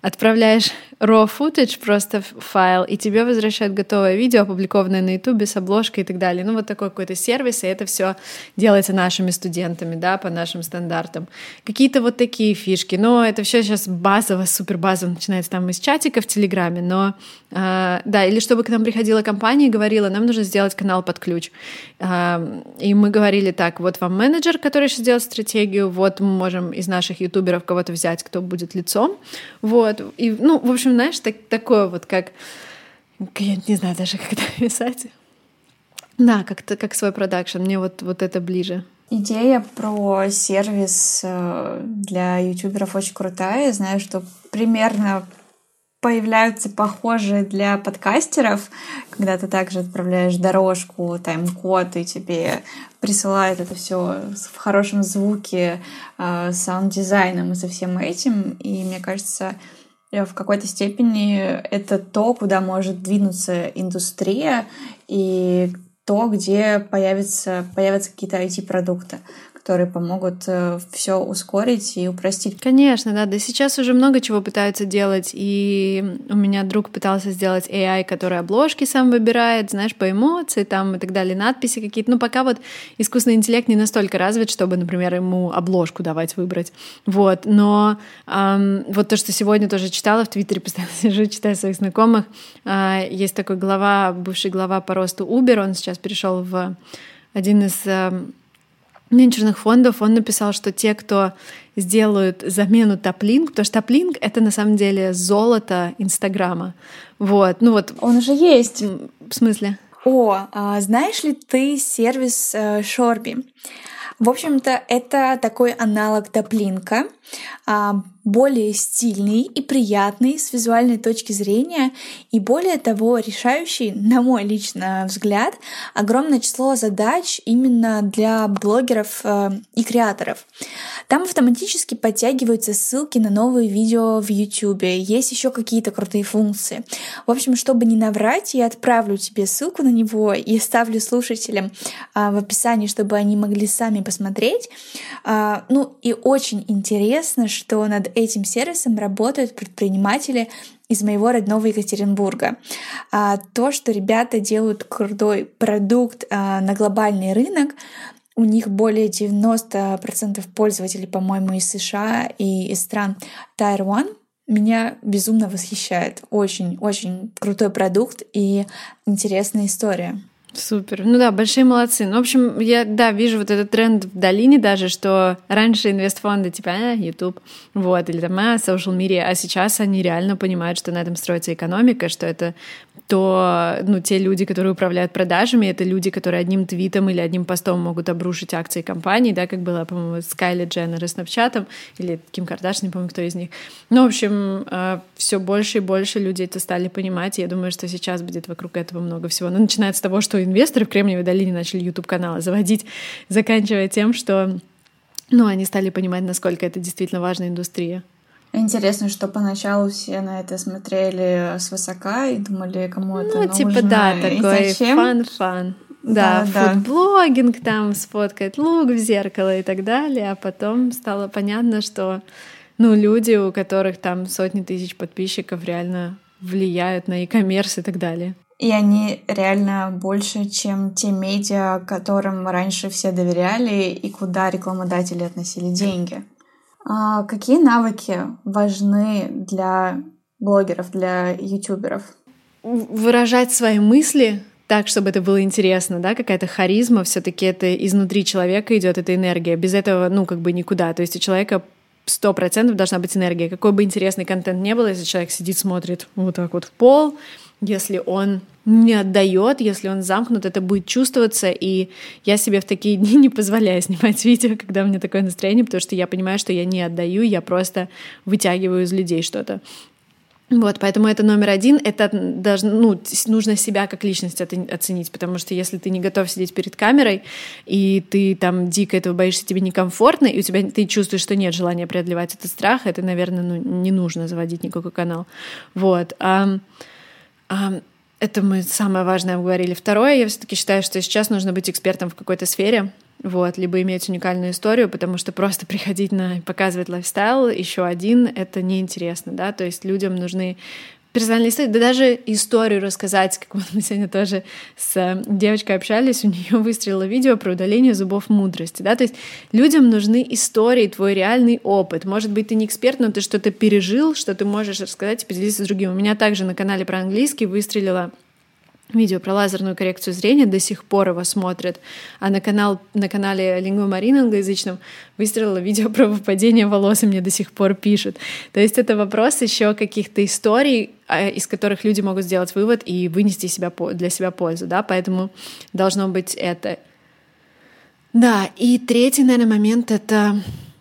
отправляешь raw footage, просто файл, и тебе возвращают готовое видео, опубликованное на YouTube с обложкой и так далее. Ну, вот такой какой-то сервис, и это все делается нашими студентами, да, по нашим стандартам. Какие-то вот такие фишки, но это все сейчас базово, супер базово начинается там из чатика в Телеграме, но да, или чтобы к нам приходила компания и говорила, нам нужно сделать канал под ключ. И мы говорили так, вот вам менеджер, который сейчас делает стратегию, вот мы можем из наших ютуберов кого-то взять, кто будет лицом, вот. И, ну, в общем, знаешь, такое вот, как, я не знаю даже, как это писать. Да, как-то как свой продакшн, мне вот это ближе. Идея про сервис для ютуберов очень крутая. Я знаю, что примерно появляются похожие для подкастеров, когда ты также отправляешь дорожку, тайм-код, и тебе присылают это все в хорошем звуке, с саунд-дизайном и со всем этим. И мне кажется, в какой-то степени это то, куда может двинуться индустрия, и то, где появятся какие-то IT-продукты, которые помогут все ускорить и упростить. Конечно, да. Да сейчас уже много чего пытаются делать. И у меня друг пытался сделать AI, который обложки сам выбирает, знаешь, по эмоции там и так далее, надписи какие-то. Ну, пока вот искусственный интеллект не настолько развит, чтобы, например, ему обложку давать выбрать. Вот. Но вот то, что сегодня тоже читала, в Твиттере постоянно сижу, читаю своих знакомых. Есть такой бывший глава по росту Uber, он сейчас перешел в один из венчурных фондов, он написал, что те, кто сделают замену топлинк, потому что топлинк — это на самом деле золото Инстаграма. Вот, ну вот. Он уже есть. В смысле? Знаешь ли ты сервис Shorby? В общем-то, это такой аналог топлинка, более стильный и приятный с визуальной точки зрения, и более того, решающий, на мой личный взгляд, огромное число задач именно для блогеров и креаторов. Там автоматически подтягиваются ссылки на новые видео в YouTube, есть еще какие-то крутые функции. В общем, чтобы не наврать, я отправлю тебе ссылку на него и оставлю слушателям в описании, чтобы они могли сами посмотреть. Ну и очень интересно, что над этим сервисом работают предприниматели из моего родного Екатеринбурга. То, что ребята делают крутой продукт на глобальный рынок, у них более 90% пользователей, по-моему, из США и из стран Tier 1, меня безумно восхищает. Очень-очень крутой продукт и интересная история. Супер. Ну да, большие молодцы. Ну, в общем, я, да, вижу вот этот тренд в долине даже, что раньше инвестфонды типа YouTube, вот, или там social media, а сейчас они реально понимают, что на этом строится экономика, что это те люди, которые управляют продажами, это люди, которые одним твитом или одним постом могут обрушить акции компаний, да, как было, по-моему, с Кайли Дженнер и Снапчатом, или Ким Кардашьян, не помню, кто из них. Ну, в общем, все больше и больше людей это стали понимать, и я думаю, что сейчас будет вокруг этого много всего. Но начинается с того, что инвесторы в Кремниевой долине начали YouTube-каналы заводить, заканчивая тем, что они стали понимать, насколько это действительно важная индустрия. Интересно, что поначалу все на это смотрели свысока и думали, кому это нужно. Ну, типа, да, такой фан-фан. Да, фудблогинг, там сфоткать лук в зеркало и так далее, а потом стало понятно, что люди, у которых там сотни тысяч подписчиков, реально влияют на e-commerce и так далее. И они реально больше, чем те медиа, которым раньше все доверяли и куда рекламодатели относили деньги. Какие навыки важны для блогеров, для ютуберов? Выражать свои мысли так, чтобы это было интересно, да, какая-то харизма, все-таки это изнутри человека идет эта энергия. Без этого, никуда. То есть у человека 100% должна быть энергия. Какой бы интересный контент ни был, если человек сидит, смотрит вот так вот в пол, если он не отдает, если он замкнут, это будет чувствоваться, и я себе в такие дни не позволяю снимать видео, когда у меня такое настроение, потому что я понимаю, что я не отдаю, я просто вытягиваю из людей что-то. Вот, поэтому это номер один, это нужно себя как личность оценить, потому что если ты не готов сидеть перед камерой, и ты там дико этого боишься, тебе некомфортно, и ты чувствуешь, что нет желания преодолевать этот страх, это, наверное, не нужно заводить никакой канал. Вот. Это мы самое важное обговорили. Второе, я все-таки считаю, что сейчас нужно быть экспертом в какой-то сфере, вот, либо иметь уникальную историю, потому что просто приходить на показывать лайфстайл еще один — это неинтересно, да, то есть людям нужны персональные истории, да даже историю рассказать, как вот мы сегодня тоже с девочкой общались, у нее выстрелило видео про удаление зубов мудрости, да, то есть людям нужны истории, твой реальный опыт. Может быть, ты не эксперт, но ты что-то пережил, что ты можешь рассказать и поделиться с другим. У меня также на канале про английский выстрелило видео про лазерную коррекцию зрения, до сих пор его смотрят, а на канале Lingua Marina англоязычном выстрелило видео про выпадение волос, и мне до сих пор пишут. То есть это вопрос еще каких-то историй, из которых люди могут сделать вывод и вынести для себя пользу, да, поэтому должно быть это. Да, и третий, наверное, момент — это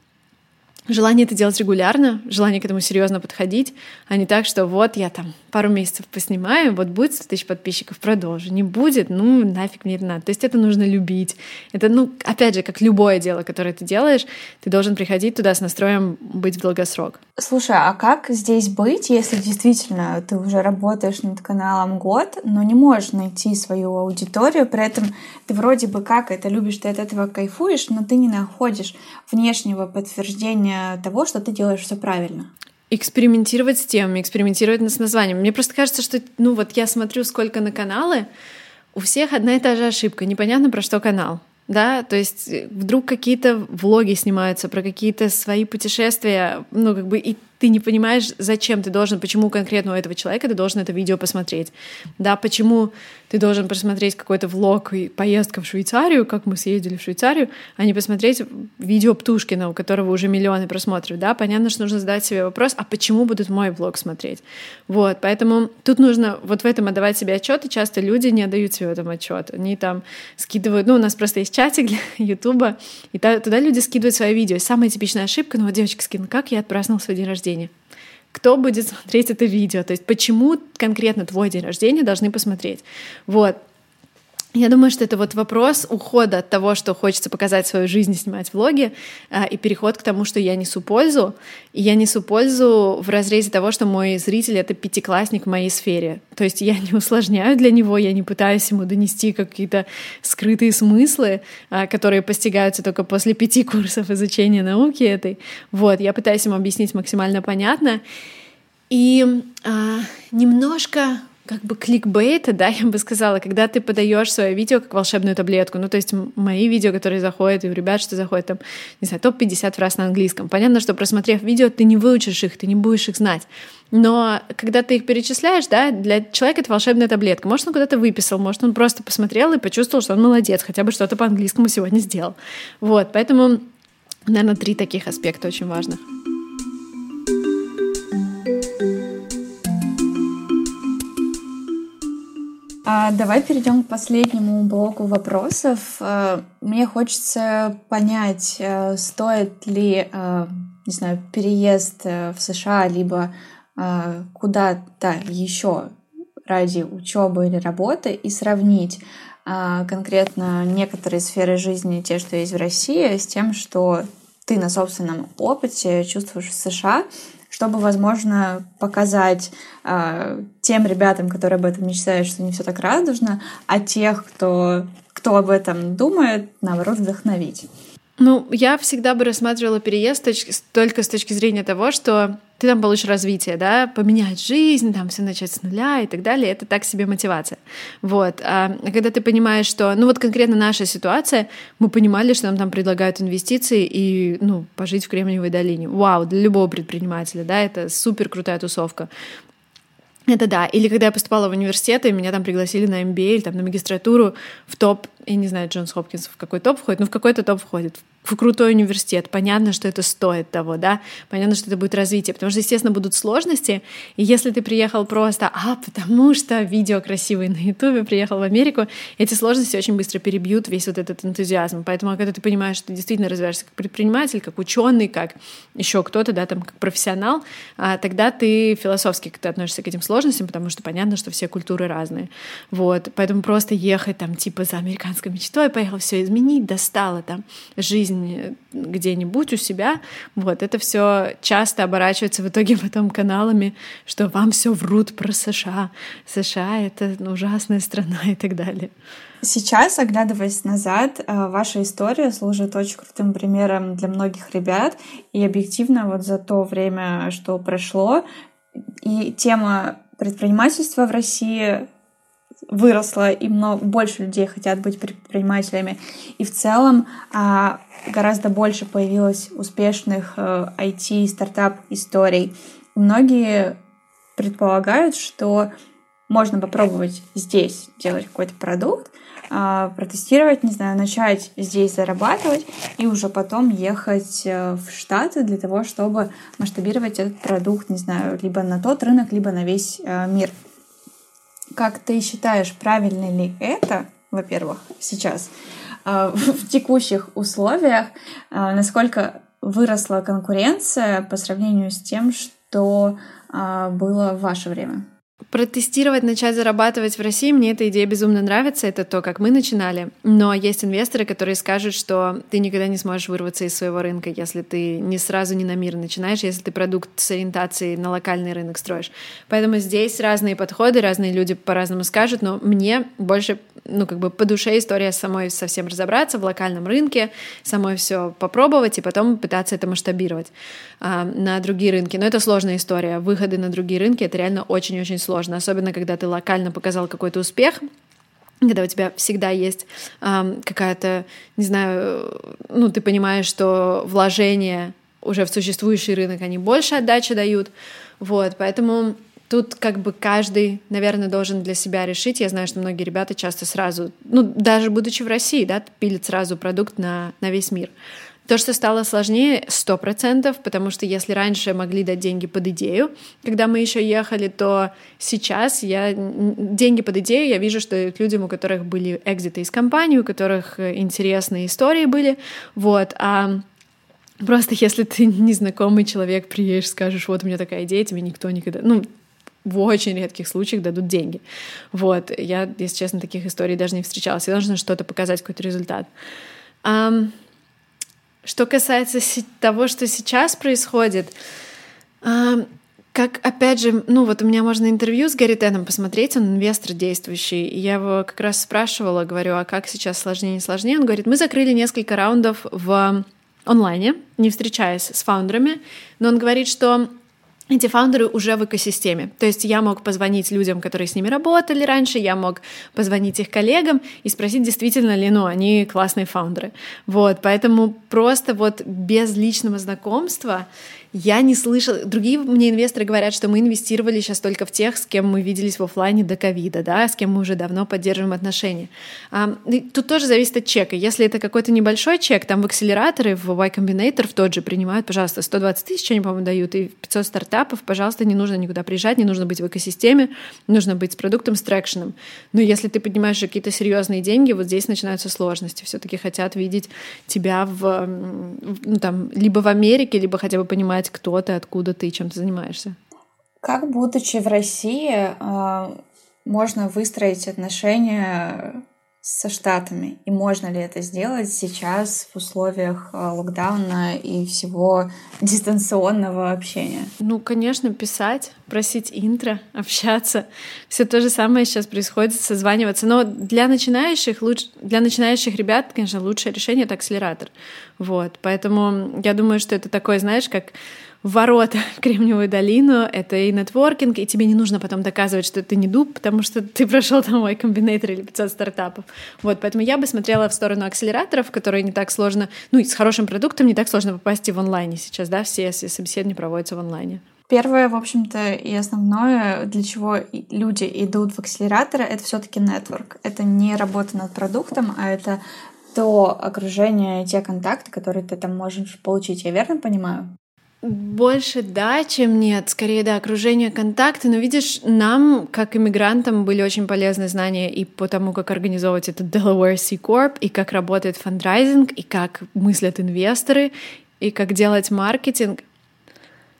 желание это делать регулярно, желание к этому серьезно подходить, а не так, что вот я там пару месяцев поснимаю, вот будет 100 тысяч подписчиков, продолжу. Не будет, ну нафиг мне это надо. То есть это нужно любить. Это, опять же, как любое дело, которое ты делаешь, ты должен приходить туда с настроем быть в долгосрок. Слушай, а как здесь быть, если действительно ты уже работаешь над каналом год, но не можешь найти свою аудиторию, при этом ты вроде бы как это любишь, ты от этого кайфуешь, но ты не находишь внешнего подтверждения того, что ты делаешь все правильно? Экспериментировать с темами, экспериментировать с названием. Мне просто кажется, что, вот я смотрю, сколько на каналы, у всех одна и та же ошибка. Непонятно, про что канал. Да, то есть вдруг какие-то влоги снимаются про какие-то свои путешествия, и ты не понимаешь, зачем ты должен, почему конкретно у этого человека ты должен это видео посмотреть, да, почему ты должен посмотреть какой-то влог и поездка в Швейцарию, как мы съездили в Швейцарию, а не посмотреть видео Птушкина, у которого уже миллионы просмотров, да, понятно, что нужно задать себе вопрос, а почему будут мой влог смотреть, вот, поэтому тут нужно вот в этом отдавать себе отчет, и часто люди не отдают себе в этом отчет, они там скидывают, у нас просто есть чатик для Ютуба, и туда люди скидывают свои видео, самая типичная ошибка, вот девочка скинула, как я отпраздновала свой день рождения. Кто будет смотреть это видео? То есть почему конкретно твой день рождения должны посмотреть? Вот. Я думаю, что это вот вопрос ухода от того, что хочется показать свою жизнь, снимать влоги, и переход к тому, что я несу пользу. И я несу пользу в разрезе того, что мой зритель — это пятиклассник в моей сфере. То есть я не усложняю для него, я не пытаюсь ему донести какие-то скрытые смыслы, которые постигаются только после 5 курсов изучения науки этой. Вот, я пытаюсь ему объяснить максимально понятно. И немножко кликбейта, да, я бы сказала, когда ты подаешь свое видео как волшебную таблетку, то есть мои видео, которые заходят, и у ребят, что заходят там, не знаю, топ-50 фраз на английском. Понятно, что просмотрев видео, ты не выучишь их, ты не будешь их знать. Но когда ты их перечисляешь, да, для человека это волшебная таблетка. Может, он куда-то выписал, может, он просто посмотрел и почувствовал, что он молодец, хотя бы что-то по-английскому сегодня сделал. Вот, поэтому, наверное, 3 таких аспекта очень важных. Давай перейдем к последнему блоку вопросов. Мне хочется понять, стоит ли, не знаю, переезд в США либо куда-то еще ради учебы или работы и сравнить конкретно некоторые сферы жизни, те, что есть в России, с тем, что ты на собственном опыте чувствуешь в США, чтобы, возможно, показать тем ребятам, которые об этом мечтают, что не все так радужно, а тех, кто об этом думает, наоборот, вдохновить. Я всегда бы рассматривала переезд только с точки зрения того, что ты там получишь развитие, да, поменять жизнь, там все начать с нуля и так далее, это так себе мотивация. Вот. А когда ты понимаешь, что, конкретно наша ситуация, мы понимали, что нам там предлагают инвестиции и, пожить в Кремниевой долине. Вау, для любого предпринимателя, да, это супер крутая тусовка. Это да. Или когда я поступала в университет, и меня там пригласили на MBA или там на магистратуру в топ, я не знаю, Джонс Хопкинс в какой топ входит, в какой-то топ входит, в крутой университет. Понятно, что это стоит того, да? Понятно, что это будет развитие, потому что, естественно, будут сложности, и если ты приехал просто, потому что видео красивые на Ютубе, приехал в Америку, эти сложности очень быстро перебьют весь вот этот энтузиазм. Поэтому, когда ты понимаешь, что ты действительно развиваешься как предприниматель, как ученый, как еще кто-то, да, там, как профессионал, тогда ты философски как-то относишься к этим сложностям, потому что понятно, что все культуры разные. Вот. Поэтому просто ехать там, типа, за американской мечтой, поехал все изменить, достало там жизнь, жизнь где-нибудь у себя, вот, это все часто оборачивается в итоге потом каналами, что вам все врут про США. США — это ужасная страна и так далее. Сейчас, оглядываясь назад, ваша история служит очень крутым примером для многих ребят, и объективно вот за то время, что прошло, и тема предпринимательства в России выросла, и больше людей хотят быть предпринимателями, и в целом гораздо больше появилось успешных IT, стартап-историй. Многие предполагают, что можно попробовать здесь делать какой-то продукт, протестировать, не знаю, начать здесь зарабатывать и уже потом ехать в Штаты для того, чтобы масштабировать этот продукт, не знаю, либо на тот рынок, либо на весь мир. Как ты считаешь, правильно ли это, во-первых, сейчас, в текущих условиях, насколько выросла конкуренция по сравнению с тем, что было в ваше время? Протестировать, начать зарабатывать в России, мне эта идея безумно нравится, это то, как мы начинали, но есть инвесторы, которые скажут, что ты никогда не сможешь вырваться из своего рынка, если ты не сразу не на мир начинаешь, если ты продукт с ориентацией на локальный рынок строишь. Поэтому здесь разные подходы, разные люди по-разному скажут, но мне больше по душе история самой совсем разобраться в локальном рынке, самой все попробовать и потом пытаться это масштабировать на другие рынки. Но это сложная история. Выходы на другие рынки — это реально очень-очень сложно, особенно когда ты локально показал какой-то успех, когда у тебя всегда есть какая-то, не знаю, ты понимаешь, что вложения уже в существующий рынок, они больше отдачи дают. Вот, поэтому тут каждый, наверное, должен для себя решить. Я знаю, что многие ребята часто сразу, даже будучи в России, пилят сразу продукт на весь мир. То, что стало сложнее, 100%, потому что если раньше могли дать деньги под идею, когда мы еще ехали, то сейчас деньги под идею я вижу, что людям, у которых были экзиты из компании, у которых интересные истории были, вот, просто если ты незнакомый человек, приедешь, скажешь, вот у меня такая идея, тебе никто никогда, в очень редких случаях дадут деньги. Вот. Я, если честно, таких историй даже не встречалась. Я должна что-то показать, какой-то результат. Что касается того, что сейчас происходит, опять же, у меня можно интервью с Гарри Теном посмотреть, он инвестор действующий, и я его как раз спрашивала, говорю, а как сейчас сложнее, не сложнее? Он говорит, мы закрыли несколько раундов в онлайне, не встречаясь с фаундерами, но он говорит, что эти фаундеры уже в экосистеме. То есть я мог позвонить людям, которые с ними работали раньше, я мог позвонить их коллегам и спросить, действительно ли, они классные фаундеры. Вот, поэтому просто без личного знакомства я не слышала... Другие мне инвесторы говорят, что мы инвестировали сейчас только в тех, с кем мы виделись в офлайне до ковида, с кем мы уже давно поддерживаем отношения. Тут тоже зависит от чека. Если это какой-то небольшой чек, там в акселераторы, в Y Combinator в тот же принимают, пожалуйста, 120 тысяч они, по-моему, дают, и 500 стартапов, пожалуйста, не нужно никуда приезжать, не нужно быть в экосистеме, нужно быть с продуктом, с трекшеном. Но если ты поднимаешь какие-то серьезные деньги, здесь начинаются сложности. Все-таки хотят видеть тебя либо в Америке, либо хотя бы понимать, кто ты, откуда ты и чем ты занимаешься. Как, будучи в России, можно выстроить отношения со Штатами? И можно ли это сделать сейчас в условиях локдауна и всего дистанционного общения? Конечно, писать, просить интро, общаться. Все то же самое сейчас происходит, созваниваться. Но для начинающих ребят, конечно, лучшее решение — это акселератор. Вот. Поэтому я думаю, что это такое, знаешь, как ворота в Кремниевую долину, это и нетворкинг, и тебе не нужно потом доказывать, что ты не дуб, потому что ты прошел там Y Combinator или 500 стартапов. Вот, поэтому я бы смотрела в сторону акселераторов, которые не так сложно, и с хорошим продуктом не так сложно попасть и в онлайне сейчас, все собеседования проводятся в онлайне. Первое, в общем-то, и основное, для чего люди идут в акселераторы, это все-таки нетворк. Это не работа над продуктом, а это то окружение, те контакты, которые ты там можешь получить. Я верно понимаю? Больше да, чем нет. Скорее, да, окружение, контакты. Но видишь, нам, как иммигрантам, были очень полезны знания и по тому, как организовывать этот Delaware C Corp, и как работает фандрайзинг, и как мыслят инвесторы, и как делать маркетинг.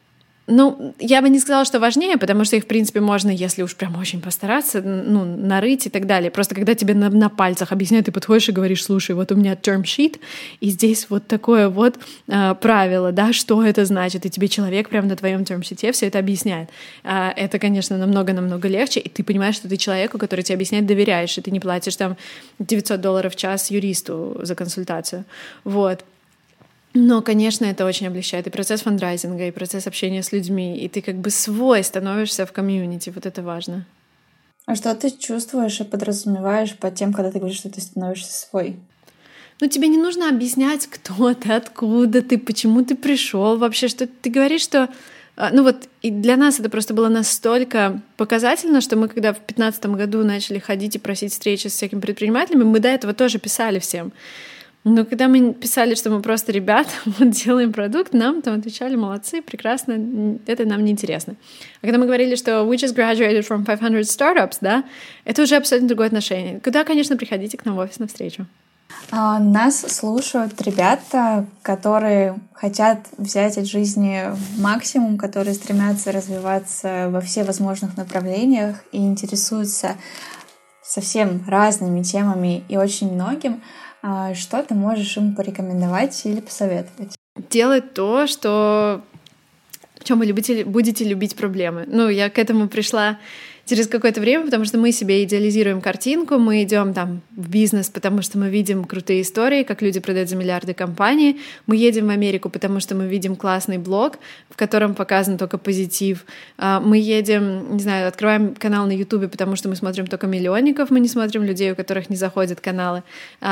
Ну, я бы не сказала, что важнее, потому что их, в принципе, можно, если уж прям очень постараться, ну, нарыть и так далее. Просто когда тебе на пальцах объясняют, ты подходишь и говоришь: слушай, вот у меня term sheet, и здесь вот такое вот правило, да, что это значит, и тебе человек прямо на твоем term sheet все это объясняет. Это, конечно, намного-намного легче, и ты понимаешь, что ты человеку, который тебе объясняет, доверяешь, и ты не платишь там $900 в час юристу за консультацию. Вот. Но, конечно, это очень облегчает и процесс фандрайзинга, и процесс общения с людьми, и ты как бы свой становишься в комьюнити, вот это важно. А что ты чувствуешь и подразумеваешь под тем, когда ты говоришь, что ты становишься свой? Ну, тебе не нужно объяснять, кто ты, откуда ты, почему ты пришел вообще, что ты говоришь, что... Ну вот, и для нас это просто было настолько показательно, что мы, когда в 2015 году начали ходить и просить встречи с всякими предпринимателями, мы до этого тоже писали всем. Но когда мы писали, что мы просто ребята, вот делаем продукт, нам там отвечали: молодцы, прекрасно, это нам не интересно. А когда мы говорили, что we just graduated from 500 startups, да, это уже абсолютно другое отношение. Когда, конечно, приходите к нам в офис на встречу. Нас слушают ребята, которые хотят взять от жизни максимум, которые стремятся развиваться во всех возможных направлениях и интересуются совсем разными темами и очень многим. Что ты можешь им порекомендовать или посоветовать? Делать то, в чем вы будете любить проблемы. Ну, я к этому пришла через какое-то время, потому что мы себе идеализируем картинку, мы идем там в бизнес, потому что мы видим крутые истории, как люди продают за миллиарды компаний, мы едем в Америку, потому что мы видим классный блог, в котором показан только позитив, мы едем, не знаю, открываем канал на Ютубе, потому что мы смотрим только миллионников, мы не смотрим людей, у которых не заходят каналы,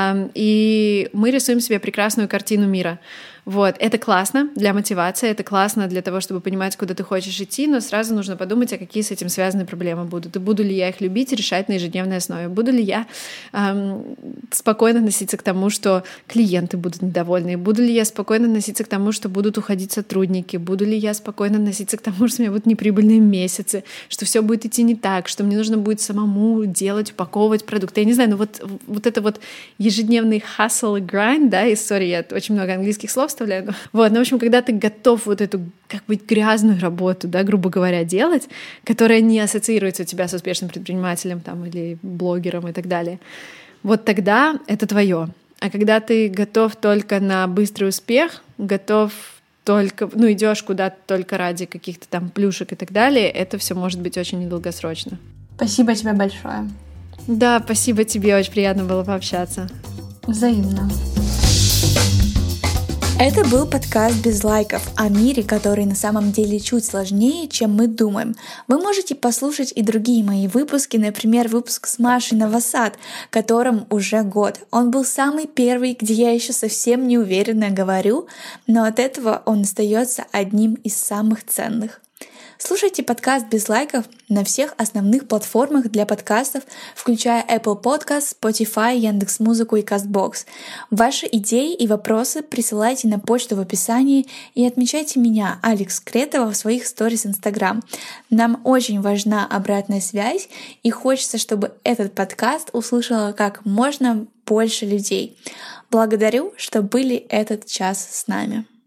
и мы рисуем себе прекрасную картину мира. Вот, это классно для мотивации, это классно для того, чтобы понимать, куда ты хочешь идти, но сразу нужно подумать, а какие с этим связаны проблемы будут. И буду ли я их любить и решать на ежедневной основе? Буду ли я спокойно относиться к тому, что клиенты будут недовольны? Буду ли я спокойно относиться к тому, что будут уходить сотрудники? Буду ли я спокойно относиться к тому, что у меня будут неприбыльные месяцы, что все будет идти не так, что мне нужно будет самому делать, упаковывать продукты? Я не знаю, но вот это вот ежедневный hustle и grind, да, и, sorry, я очень много английских слов вставляю. Вот, ну, в общем, когда ты готов вот эту, как бы, грязную работу, да, грубо говоря, делать, которая не ассоциируется у тебя с успешным предпринимателем там, или блогером и так далее, вот тогда это твое. А когда ты готов только на быстрый успех, готов только, ну, идешь куда-то только ради каких-то там плюшек и так далее, это все может быть очень недолгосрочно. Спасибо тебе большое. Да, спасибо тебе, очень приятно было пообщаться. Взаимно. Это был подкаст «Без лайков» о мире, который на самом деле чуть сложнее, чем мы думаем. Вы можете послушать и другие мои выпуски, например, выпуск с Машей Новосад, которым уже год. Он был самый первый, где я еще совсем неуверенно говорю, но от этого он остается одним из самых ценных. Слушайте подкаст «Без лайков» на всех основных платформах для подкастов, включая Apple Podcast, Spotify, Яндекс.Музыку и CastBox. Ваши идеи и вопросы присылайте на почту в описании и отмечайте меня, Алекс Кретова, в своих сторис Instagram. Нам очень важна обратная связь, и хочется, чтобы этот подкаст услышало как можно больше людей. Благодарю, что были этот час с нами.